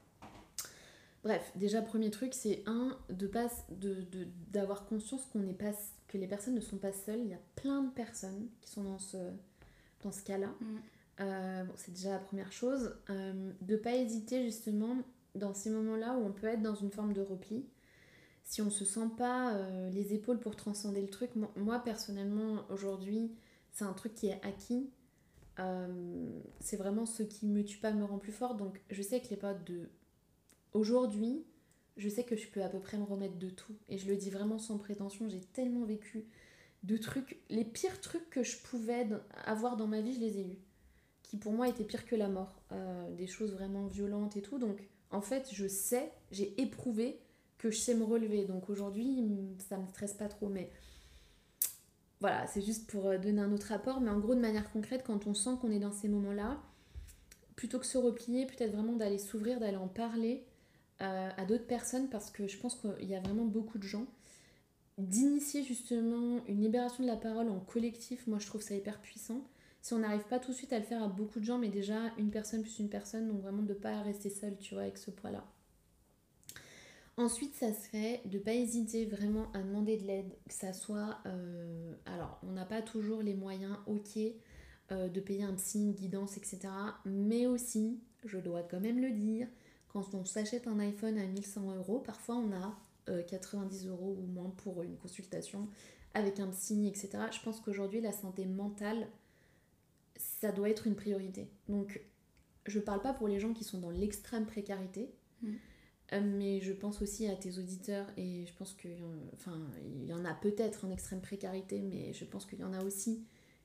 Bref, déjà premier truc, c'est un, de pas, de, de, d'avoir conscience qu'on n'est pas, que les personnes ne sont pas seules. Il y a plein de personnes qui sont dans ce, dans ce cas-là. Mm. Euh, bon, c'est déjà la première chose. Euh, de pas hésiter justement dans ces moments-là où on peut être dans une forme de repli. Si on se sent pas euh, les épaules pour transcender le truc, moi, moi personnellement aujourd'hui, c'est un truc qui est acquis. Euh, c'est vraiment ce qui me tue pas me rend plus forte. Donc je sais que les périodes de aujourd'hui, je sais que je peux à peu près me remettre de tout. Et je le dis vraiment sans prétention, j'ai tellement vécu de trucs. Les pires trucs que je pouvais avoir dans ma vie, je les ai eus. Qui pour moi étaient pires que la mort. Euh, des choses vraiment violentes et tout. Donc en fait, je sais, j'ai éprouvé que je sais me relever. Donc aujourd'hui, ça me stresse pas trop. Mais voilà, c'est juste pour donner un autre rapport. Mais en gros, de manière concrète, quand on sent qu'on est dans ces moments-là, plutôt que se replier, peut-être vraiment d'aller s'ouvrir, d'aller en parler euh, à d'autres personnes, parce que je pense qu'il y a vraiment beaucoup de gens, d'initier justement une libération de la parole en collectif. Moi je trouve ça hyper puissant, si on n'arrive pas tout de suite à le faire à beaucoup de gens, mais déjà une personne plus une personne, donc vraiment de ne pas rester seule, tu vois, avec ce poids là. Ensuite, ça serait de ne pas hésiter vraiment à demander de l'aide, que ça soit euh, alors on n'a pas toujours les moyens, ok, euh, de payer un psy, une guidance, etc., mais aussi, je dois quand même le dire, quand on s'achète un iPhone à mille cent euros, parfois on a euh, quatre-vingt-dix euros ou moins pour une consultation avec un psy, et cetera. Je pense qu'aujourd'hui, la santé mentale, ça doit être une priorité. Donc, je parle pas pour les gens qui sont dans l'extrême précarité, mmh. euh, mais je pense aussi à tes auditeurs, et je pense qu'il enfin, y en a peut-être en extrême précarité, mais je pense qu'il y en a aussi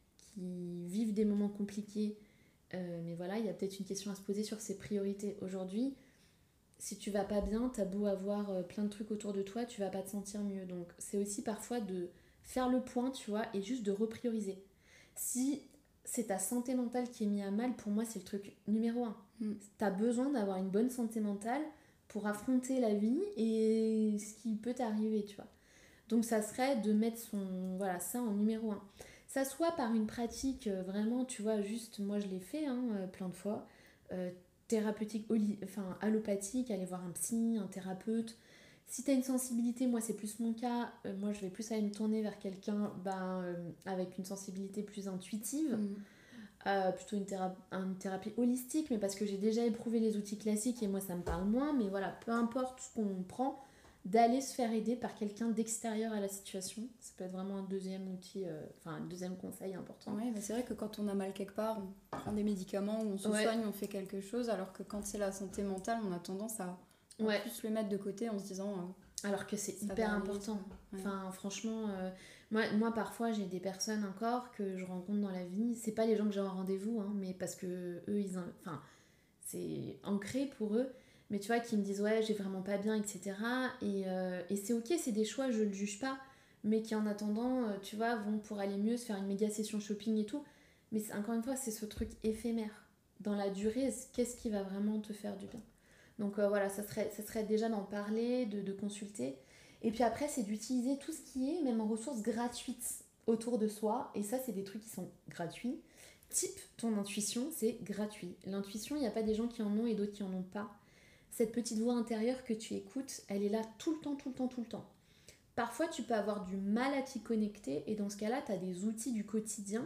qui vivent des moments compliqués. Euh, mais voilà, il y a peut-être une question à se poser sur ses priorités. Aujourd'hui, si tu vas pas bien, t'as beau avoir plein de trucs autour de toi, tu vas pas te sentir mieux. Donc c'est aussi parfois de faire le point, tu vois, et juste de reprioriser. Si c'est ta santé mentale qui est mise à mal, pour moi c'est le truc numéro un. Mm. T'as besoin d'avoir une bonne santé mentale pour affronter la vie et ce qui peut t'arriver, tu vois. Donc ça serait de mettre son, voilà, ça en numéro un. Ça soit par une pratique vraiment, tu vois, juste, moi je l'ai fait hein, plein de fois, euh, thérapeutique, enfin allopathique, aller voir un psy, un thérapeute. Si t'as une sensibilité, moi c'est plus mon cas, euh, moi je vais plus aller me tourner vers quelqu'un ben, euh, avec une sensibilité plus intuitive, mmh. euh, plutôt une, théra- une thérapie holistique, mais parce que j'ai déjà éprouvé les outils classiques et moi ça me parle moins, mais voilà, peu importe ce qu'on prend, d'aller se faire aider par quelqu'un d'extérieur à la situation, ça peut être vraiment un deuxième outil, euh, enfin un deuxième conseil important. Ouais, bah c'est vrai que quand on a mal quelque part, on prend des médicaments, on se ouais. soigne, on fait quelque chose, alors que quand c'est la santé mentale, on a tendance à, à ouais. plus le mettre de côté en se disant... Euh, alors que c'est hyper important. Ouais. Enfin, franchement, euh, moi, moi parfois j'ai des personnes encore que je rencontre dans la vie, c'est pas les gens que j'ai en rendez-vous, hein, mais parce que eux, ils, enfin, c'est ancré pour eux. Mais tu vois, qui me disent ouais, j'ai vraiment pas bien, et cetera. Et, euh, et c'est ok, c'est des choix, je le juge pas. Mais qui en attendant, euh, tu vois, vont pour aller mieux, se faire une méga session shopping et tout. Mais c'est, encore une fois, c'est ce truc éphémère. Dans la durée, qu'est-ce qui va vraiment te faire du bien ? Donc euh, voilà, ça serait, ça serait déjà d'en parler, de, de consulter. Et puis après, c'est d'utiliser tout ce qui est, même en ressources gratuites autour de soi. Et ça, c'est des trucs qui sont gratuits. Type, ton intuition, c'est gratuit. L'intuition, il n'y a pas des gens qui en ont et d'autres qui en ont pas. Cette petite voix intérieure que tu écoutes, elle est là tout le temps, tout le temps, tout le temps. Parfois, tu peux avoir du mal à t'y connecter. Et dans ce cas-là, tu as des outils du quotidien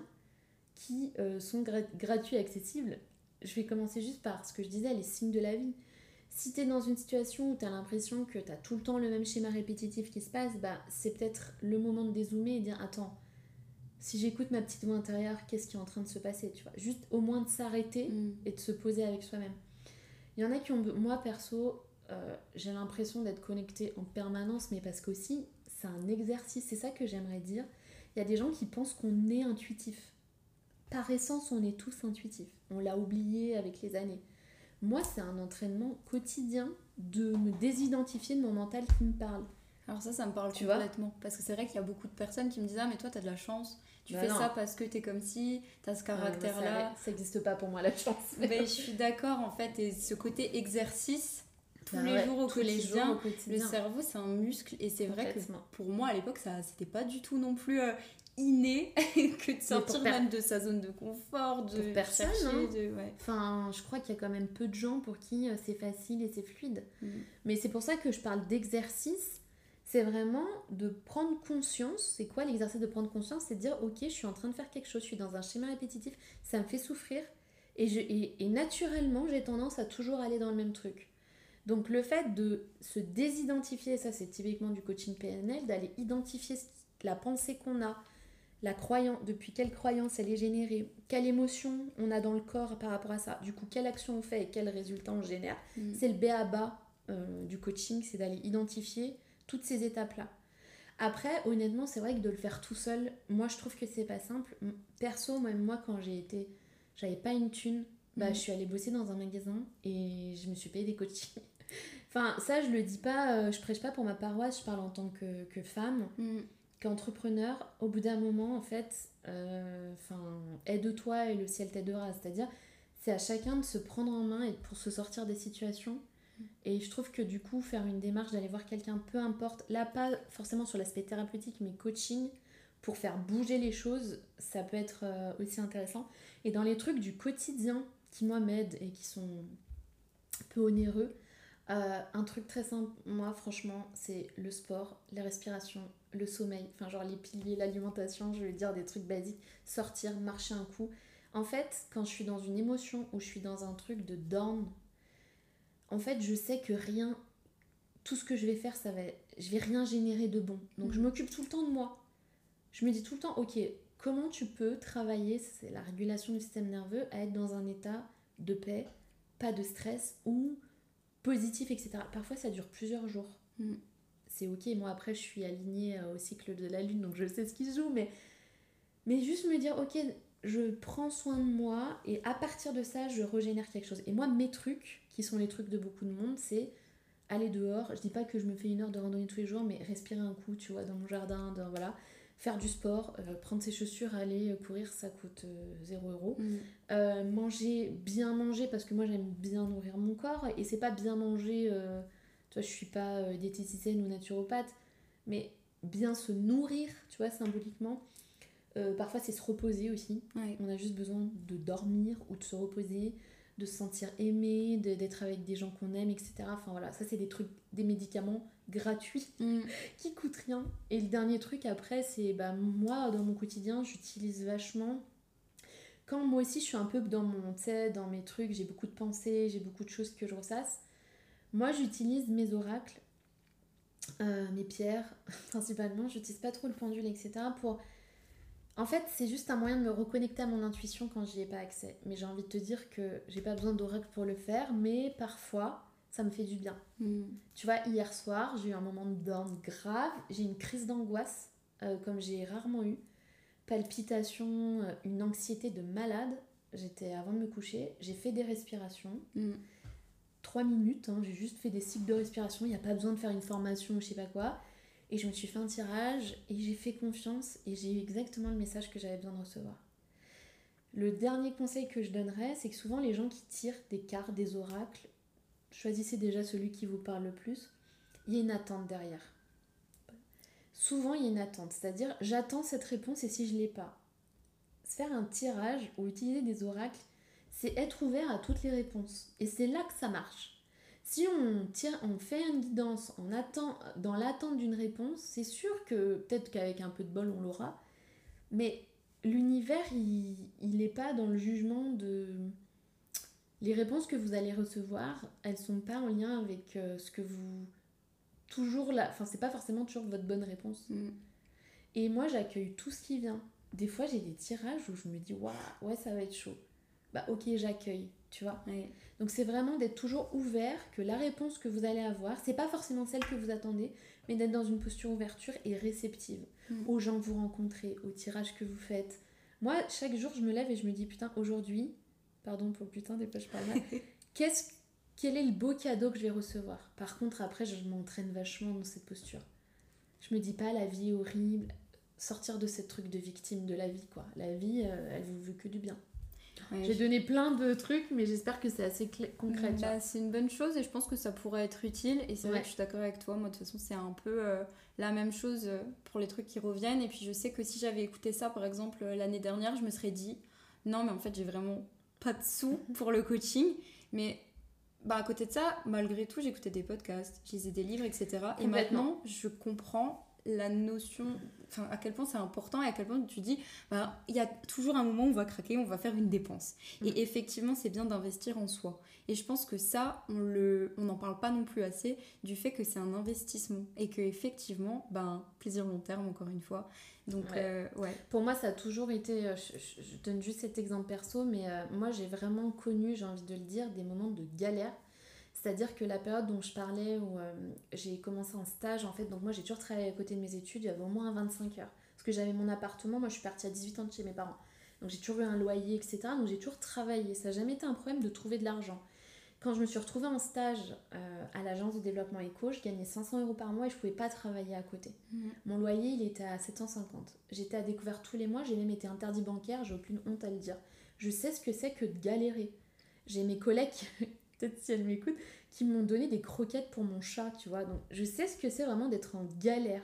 qui euh, sont gra- gratuits et accessibles. Je vais commencer juste par ce que je disais, les signes de la vie. Si tu es dans une situation où tu as l'impression que tu as tout le temps le même schéma répétitif qui se passe, bah, c'est peut-être le moment de dézoomer et dire « Attends, si j'écoute ma petite voix intérieure, qu'est-ce qui est en train de se passer ?» Tu vois, juste au moins de s'arrêter Mm. et de se poser avec soi-même. Il y en a qui ont... Moi, perso, euh, j'ai l'impression d'être connectée en permanence, mais parce qu'aussi, c'est un exercice. C'est ça que j'aimerais dire. Il y a des gens qui pensent qu'on est intuitif. Par essence, on est tous intuitifs. On l'a oublié avec les années. Moi, c'est un entraînement quotidien de me désidentifier de mon mental qui me parle. Alors ça, ça me parle Tu vois complètement. Parce que c'est vrai qu'il y a beaucoup de personnes qui me disent « Ah, mais toi, t'as de la chance. Tu Bah fais non. ça parce que t'es comme ci, t'as ce caractère-là. » Ça n'existe pas pour moi, la chance. Mais... Mais je suis d'accord, en fait. Et ce côté exercice, tous Bah les ouais, jours au tous les quotidien, jours au quotidien. le cerveau, c'est un muscle. Et c'est vrai que Complètement. pour moi, à l'époque, ça c'était pas du tout non plus euh, inné que de sortir per- même de sa zone de confort, de Pour personne, chercher, hein. de... Ouais. Enfin, je crois qu'il y a quand même peu de gens pour qui euh, c'est facile et c'est fluide. Mm. Mais c'est pour ça que je parle d'exercice. C'est vraiment de prendre conscience. C'est quoi l'exercice de prendre conscience? C'est de dire, ok, je suis en train de faire quelque chose, je suis dans un schéma répétitif, ça me fait souffrir. Et, je, et, et naturellement, j'ai tendance à toujours aller dans le même truc. Donc le fait de se désidentifier, ça c'est typiquement du coaching P N L, d'aller identifier la pensée qu'on a, la croyance, depuis quelle croyance elle est générée, quelle émotion on a dans le corps par rapport à ça, du coup quelle action on fait et quel résultat on génère. Mm. C'est le b a ba euh, du coaching, c'est d'aller identifier toutes ces étapes-là. Après, honnêtement, c'est vrai que de le faire tout seul, moi je trouve que c'est pas simple. Perso, même moi quand j'ai été, j'avais pas une thune, bah, Mm. je suis allée bosser dans un magasin et je me suis payé des coachings. Enfin, ça je le dis pas, euh, je prêche pas pour ma paroisse, je parle en tant que, que femme. Mm. Qu'entrepreneur, au bout d'un moment, en fait, euh, aide-toi et le ciel t'aidera. C'est-à-dire, c'est à chacun de se prendre en main et pour se sortir des situations. Et je trouve que du coup, faire une démarche d'aller voir quelqu'un, peu importe, là, pas forcément sur l'aspect thérapeutique, mais coaching, pour faire bouger les choses, ça peut être euh, aussi intéressant. Et dans les trucs du quotidien qui, moi, m'aident et qui sont un peu onéreux, Euh, un truc très simple, moi franchement, c'est le sport, les respirations, le sommeil, enfin genre les piliers, l'alimentation, je vais dire des trucs basiques, sortir, marcher un coup. En fait, quand je suis dans une émotion ou je suis dans un truc de down, en fait, je sais que rien, tout ce que je vais faire, ça va, je vais rien générer de bon. Donc je m'occupe tout le temps de moi. Je me dis tout le temps, ok, comment tu peux travailler, c'est la régulation du système nerveux, à être dans un état de paix, pas de stress ou positif, et cetera. Parfois, ça dure plusieurs jours. Mm. C'est ok. Moi, après, je suis alignée au cycle de la lune, donc je sais ce qui se joue. Mais, mais juste me dire, ok, je prends soin de moi et à partir de ça, je régénère quelque chose. Et moi, mes trucs, qui sont les trucs de beaucoup de monde, c'est aller dehors. Je dis pas que je me fais une heure de randonnée tous les jours, mais respirer un coup, tu vois, dans mon jardin, dans, voilà. Faire du sport, euh, prendre ses chaussures, aller courir, ça coûte euh, zéro euro. Mm. Euh, manger, bien manger, parce que moi j'aime bien nourrir mon corps, et c'est pas bien manger, euh, tu vois, je suis pas euh, diététicienne ou naturopathe, mais bien se nourrir, tu vois, symboliquement. Euh, parfois c'est se reposer aussi. Ouais. On a juste besoin de dormir ou de se reposer, de se sentir aimé, de, d'être avec des gens qu'on aime, et cetera. Enfin voilà, ça c'est des trucs, des médicaments gratuits Mm. qui coûtent rien. Et le dernier truc après, c'est bah, moi dans mon quotidien, j'utilise vachement. Quand moi aussi je suis un peu dans mon, tu sais, dans mes trucs, j'ai beaucoup de pensées, j'ai beaucoup de choses que je ressasse. Moi j'utilise mes oracles, euh, mes pierres principalement. J'utilise pas trop le pendule, et cetera. Pour... En fait, c'est juste un moyen de me reconnecter à mon intuition quand j'y ai pas accès. Mais j'ai envie de te dire que j'ai pas besoin d'oracle pour le faire, mais parfois ça me fait du bien. Mm. Tu vois, hier soir, j'ai eu un moment de down grave, j'ai eu une crise d'angoisse, euh, comme j'ai rarement eu. Palpitations, euh, une anxiété de malade. J'étais avant de me coucher, j'ai fait des respirations. Mm. Trois minutes, hein, j'ai juste fait des cycles de respiration, il n'y a pas besoin de faire une formation ou je sais pas quoi. Et je me suis fait un tirage et j'ai fait confiance et j'ai eu exactement le message que j'avais besoin de recevoir. Le dernier conseil que je donnerais, c'est que souvent les gens qui tirent des cartes, des oracles, choisissez déjà celui qui vous parle le plus. Il y a une attente derrière. souvent il y a une attente. C'est-à-dire, j'attends cette réponse et si je l'ai pas. Faire un tirage ou utiliser des oracles, c'est être ouvert à toutes les réponses. Et c'est là que ça marche. Si on, tire, on fait une guidance en attend, dans l'attente d'une réponse, c'est sûr que peut-être qu'avec un peu de bol on l'aura, mais l'univers il n'est pas dans le jugement de... Les réponses que vous allez recevoir, elles sont pas en lien avec euh, ce que vous... Toujours là... Enfin, c'est pas forcément toujours votre bonne réponse. Mm. Et moi, j'accueille tout ce qui vient. Des fois, j'ai des tirages où je me dis, waouh, ouais, ça va être chaud. Bah ok, j'accueille, tu vois. Ouais. Donc c'est vraiment d'être toujours ouvert, que la réponse que vous allez avoir, c'est pas forcément celle que vous attendez, mais d'être dans une posture ouverture et réceptive Mm. aux gens que vous rencontrez, aux tirages que vous faites. Moi, chaque jour, je me lève et je me dis, putain, aujourd'hui, pardon pour le putain, des fois je parle mal, qu'est-ce, quel est le beau cadeau que je vais recevoir? Par contre, après, je m'entraîne vachement dans cette posture. Je me dis pas, la vie est horrible, sortir de ce truc de victime de la vie, quoi. La vie, euh, elle vous veut que du bien. Ouais, J'ai je- donné plein de trucs, mais j'espère que c'est assez clé- concret. tu vois. Bah, c'est une bonne chose et je pense que ça pourrait être utile. Et c'est Ouais. vrai que je suis d'accord avec toi. Moi, de toute façon, c'est un peu euh, la même chose euh, pour les trucs qui reviennent. Et puis, je sais que si j'avais écouté ça, par exemple, euh, l'année dernière, je me serais dit non, mais en fait, j'ai vraiment pas de sous pour le coaching. Mais bah, à côté de ça, malgré tout, j'écoutais des podcasts, je lisais des livres, et cetera. Et Complètement. maintenant, je comprends la notion, enfin à quel point c'est important et à quel point tu dis, bah, il y a toujours un moment où on va craquer, on va faire une dépense. Mm. Et effectivement, c'est bien d'investir en soi. Et je pense que ça, on le, on n'en parle pas non plus assez du fait que c'est un investissement et que effectivement, ben plaisir long terme encore une fois. Donc Ouais. euh, ouais. Pour moi, ça a toujours été. euh, Je, je- je donne juste cet exemple perso, mais euh, moi, j'ai vraiment connu, j'ai envie de le dire, des moments de galère. C'est-à-dire que la période dont je parlais, où euh, j'ai commencé en stage, en fait, donc moi, j'ai toujours travaillé à côté de mes études, il y avait au moins vingt-cinq heures. Parce que j'avais mon appartement, moi, je suis partie à dix-huit ans de chez mes parents. Donc j'ai toujours eu un loyer, et cetera. Donc j'ai toujours travaillé. Ça n'a jamais été un problème de trouver de l'argent. Quand je me suis retrouvée en stage euh, à l'agence de développement éco, je gagnais cinq cents euros par mois et je ne pouvais pas travailler à côté. Mhm. Mon loyer, il était à sept cent cinquante. J'étais à découvert tous les mois, j'ai même été interdit bancaire, j'ai aucune honte à le dire. Je sais ce que c'est que de galérer. J'ai mes collègues, peut-être si elles m'écoutent, qui m'ont donné des croquettes pour mon chat, tu vois. Donc je sais ce que c'est vraiment d'être en galère.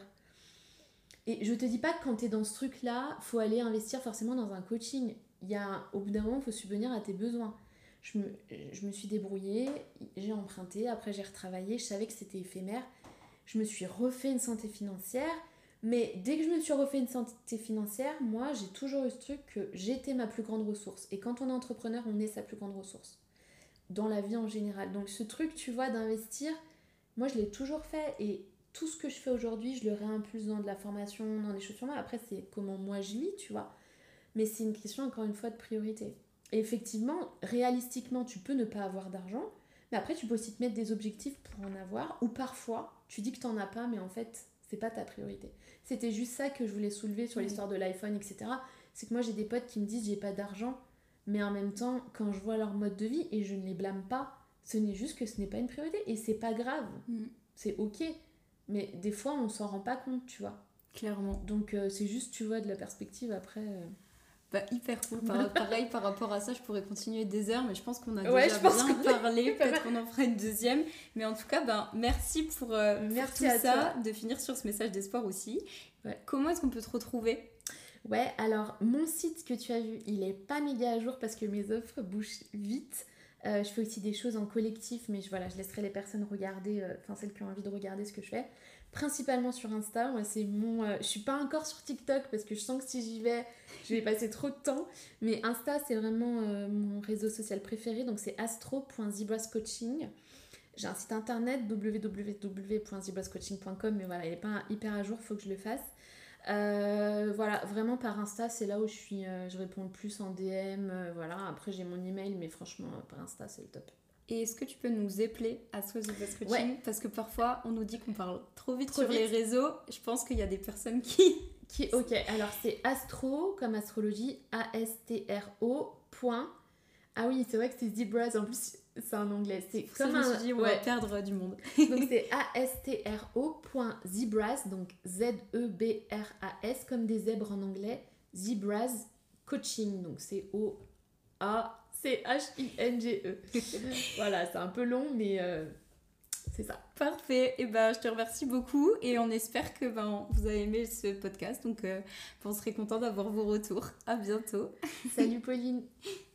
Et je te dis pas que quand t'es dans ce truc-là, faut aller investir forcément dans un coaching. Il y a, au bout d'un moment, il faut subvenir à tes besoins. Je me, je me suis débrouillée, j'ai emprunté, après j'ai retravaillé, je savais que c'était éphémère. Je me suis refait une santé financière, mais dès que je me suis refait une santé financière, moi j'ai toujours eu ce truc que j'étais ma plus grande ressource. Et quand on est entrepreneur, on est sa plus grande ressource. Dans la vie en général. Donc ce truc, tu vois, d'investir, moi je l'ai toujours fait et tout ce que je fais aujourd'hui, je le réimpulse dans de la formation, dans des choses sur moi. Après, c'est comment moi je vis, tu vois. Mais c'est une question, encore une fois, de priorité. Et effectivement, réalistiquement, tu peux ne pas avoir d'argent, mais après, tu peux aussi te mettre des objectifs pour en avoir, ou parfois, tu dis que t'en as pas, mais en fait, c'est pas ta priorité. C'était juste ça que je voulais soulever sur Oui. l'histoire de l'iPhone, et cetera. C'est que moi, j'ai des potes qui me disent j'ai pas d'argent, mais en même temps, quand je vois leur mode de vie, et je ne les blâme pas, ce n'est juste que ce n'est pas une priorité, et c'est pas grave, Mm. c'est ok. Mais des fois, on s'en rend pas compte, tu vois. Clairement. Donc, euh, c'est juste, tu vois, de la perspective après. euh. Bah, hyper cool. Par- pareil, par rapport à ça, je pourrais continuer des heures, mais je pense qu'on a Ouais, déjà je pense bien qu'on a- parlé. pas Peut-être qu'on en fera une deuxième. Mais en tout cas, ben, merci pour, euh, pour Merci tout à ça, de finir sur ce message d'espoir aussi. Ouais. Comment est-ce qu'on peut te retrouver? Ouais, alors, mon site que tu as vu, il est pas méga à jour parce que mes offres bougent vite. Euh, je fais aussi des choses en collectif, mais je, voilà, je laisserai les personnes regarder, euh, enfin celles qui ont envie de regarder ce que je fais. Principalement sur Insta, moi c'est mon... Euh, je suis pas encore sur TikTok parce que je sens que si j'y vais, je vais passer trop de temps. Mais Insta, c'est vraiment euh, mon réseau social préféré, donc c'est astro point zebras coaching. J'ai un site internet w w w point zebras coaching point com, mais voilà, il est pas hyper à jour, faut que je le fasse. Euh, voilà, vraiment par Insta, c'est là où je suis, euh, je réponds le plus en D M, euh, voilà. Après j'ai mon email, mais franchement euh, par Insta c'est le top. Et est-ce que tu peux nous épeler à Sois the Best Coaching? Ouais. Parce que parfois, on nous dit qu'on parle trop vite Trop sur vite. les réseaux. Je pense qu'il y a des personnes qui... Qui, ok, alors c'est astro comme astrologie, A S T R O point. Ah oui, c'est vrai que c'est Zebras, en plus c'est en anglais. C'est Ça, comme je me un. suis dit, on ouais. va perdre du monde. Donc c'est A S T R O point Zebras, donc Z E B R A S, comme des zèbres en anglais. Zebras Coaching, donc c'est O A C H I N G E. Voilà, c'est un peu long, mais, euh, C'est ça. Parfait, et ben je te remercie beaucoup et on espère que ben, vous avez aimé ce podcast, donc euh, on serait content d'avoir vos retours. À bientôt. Salut Pauline.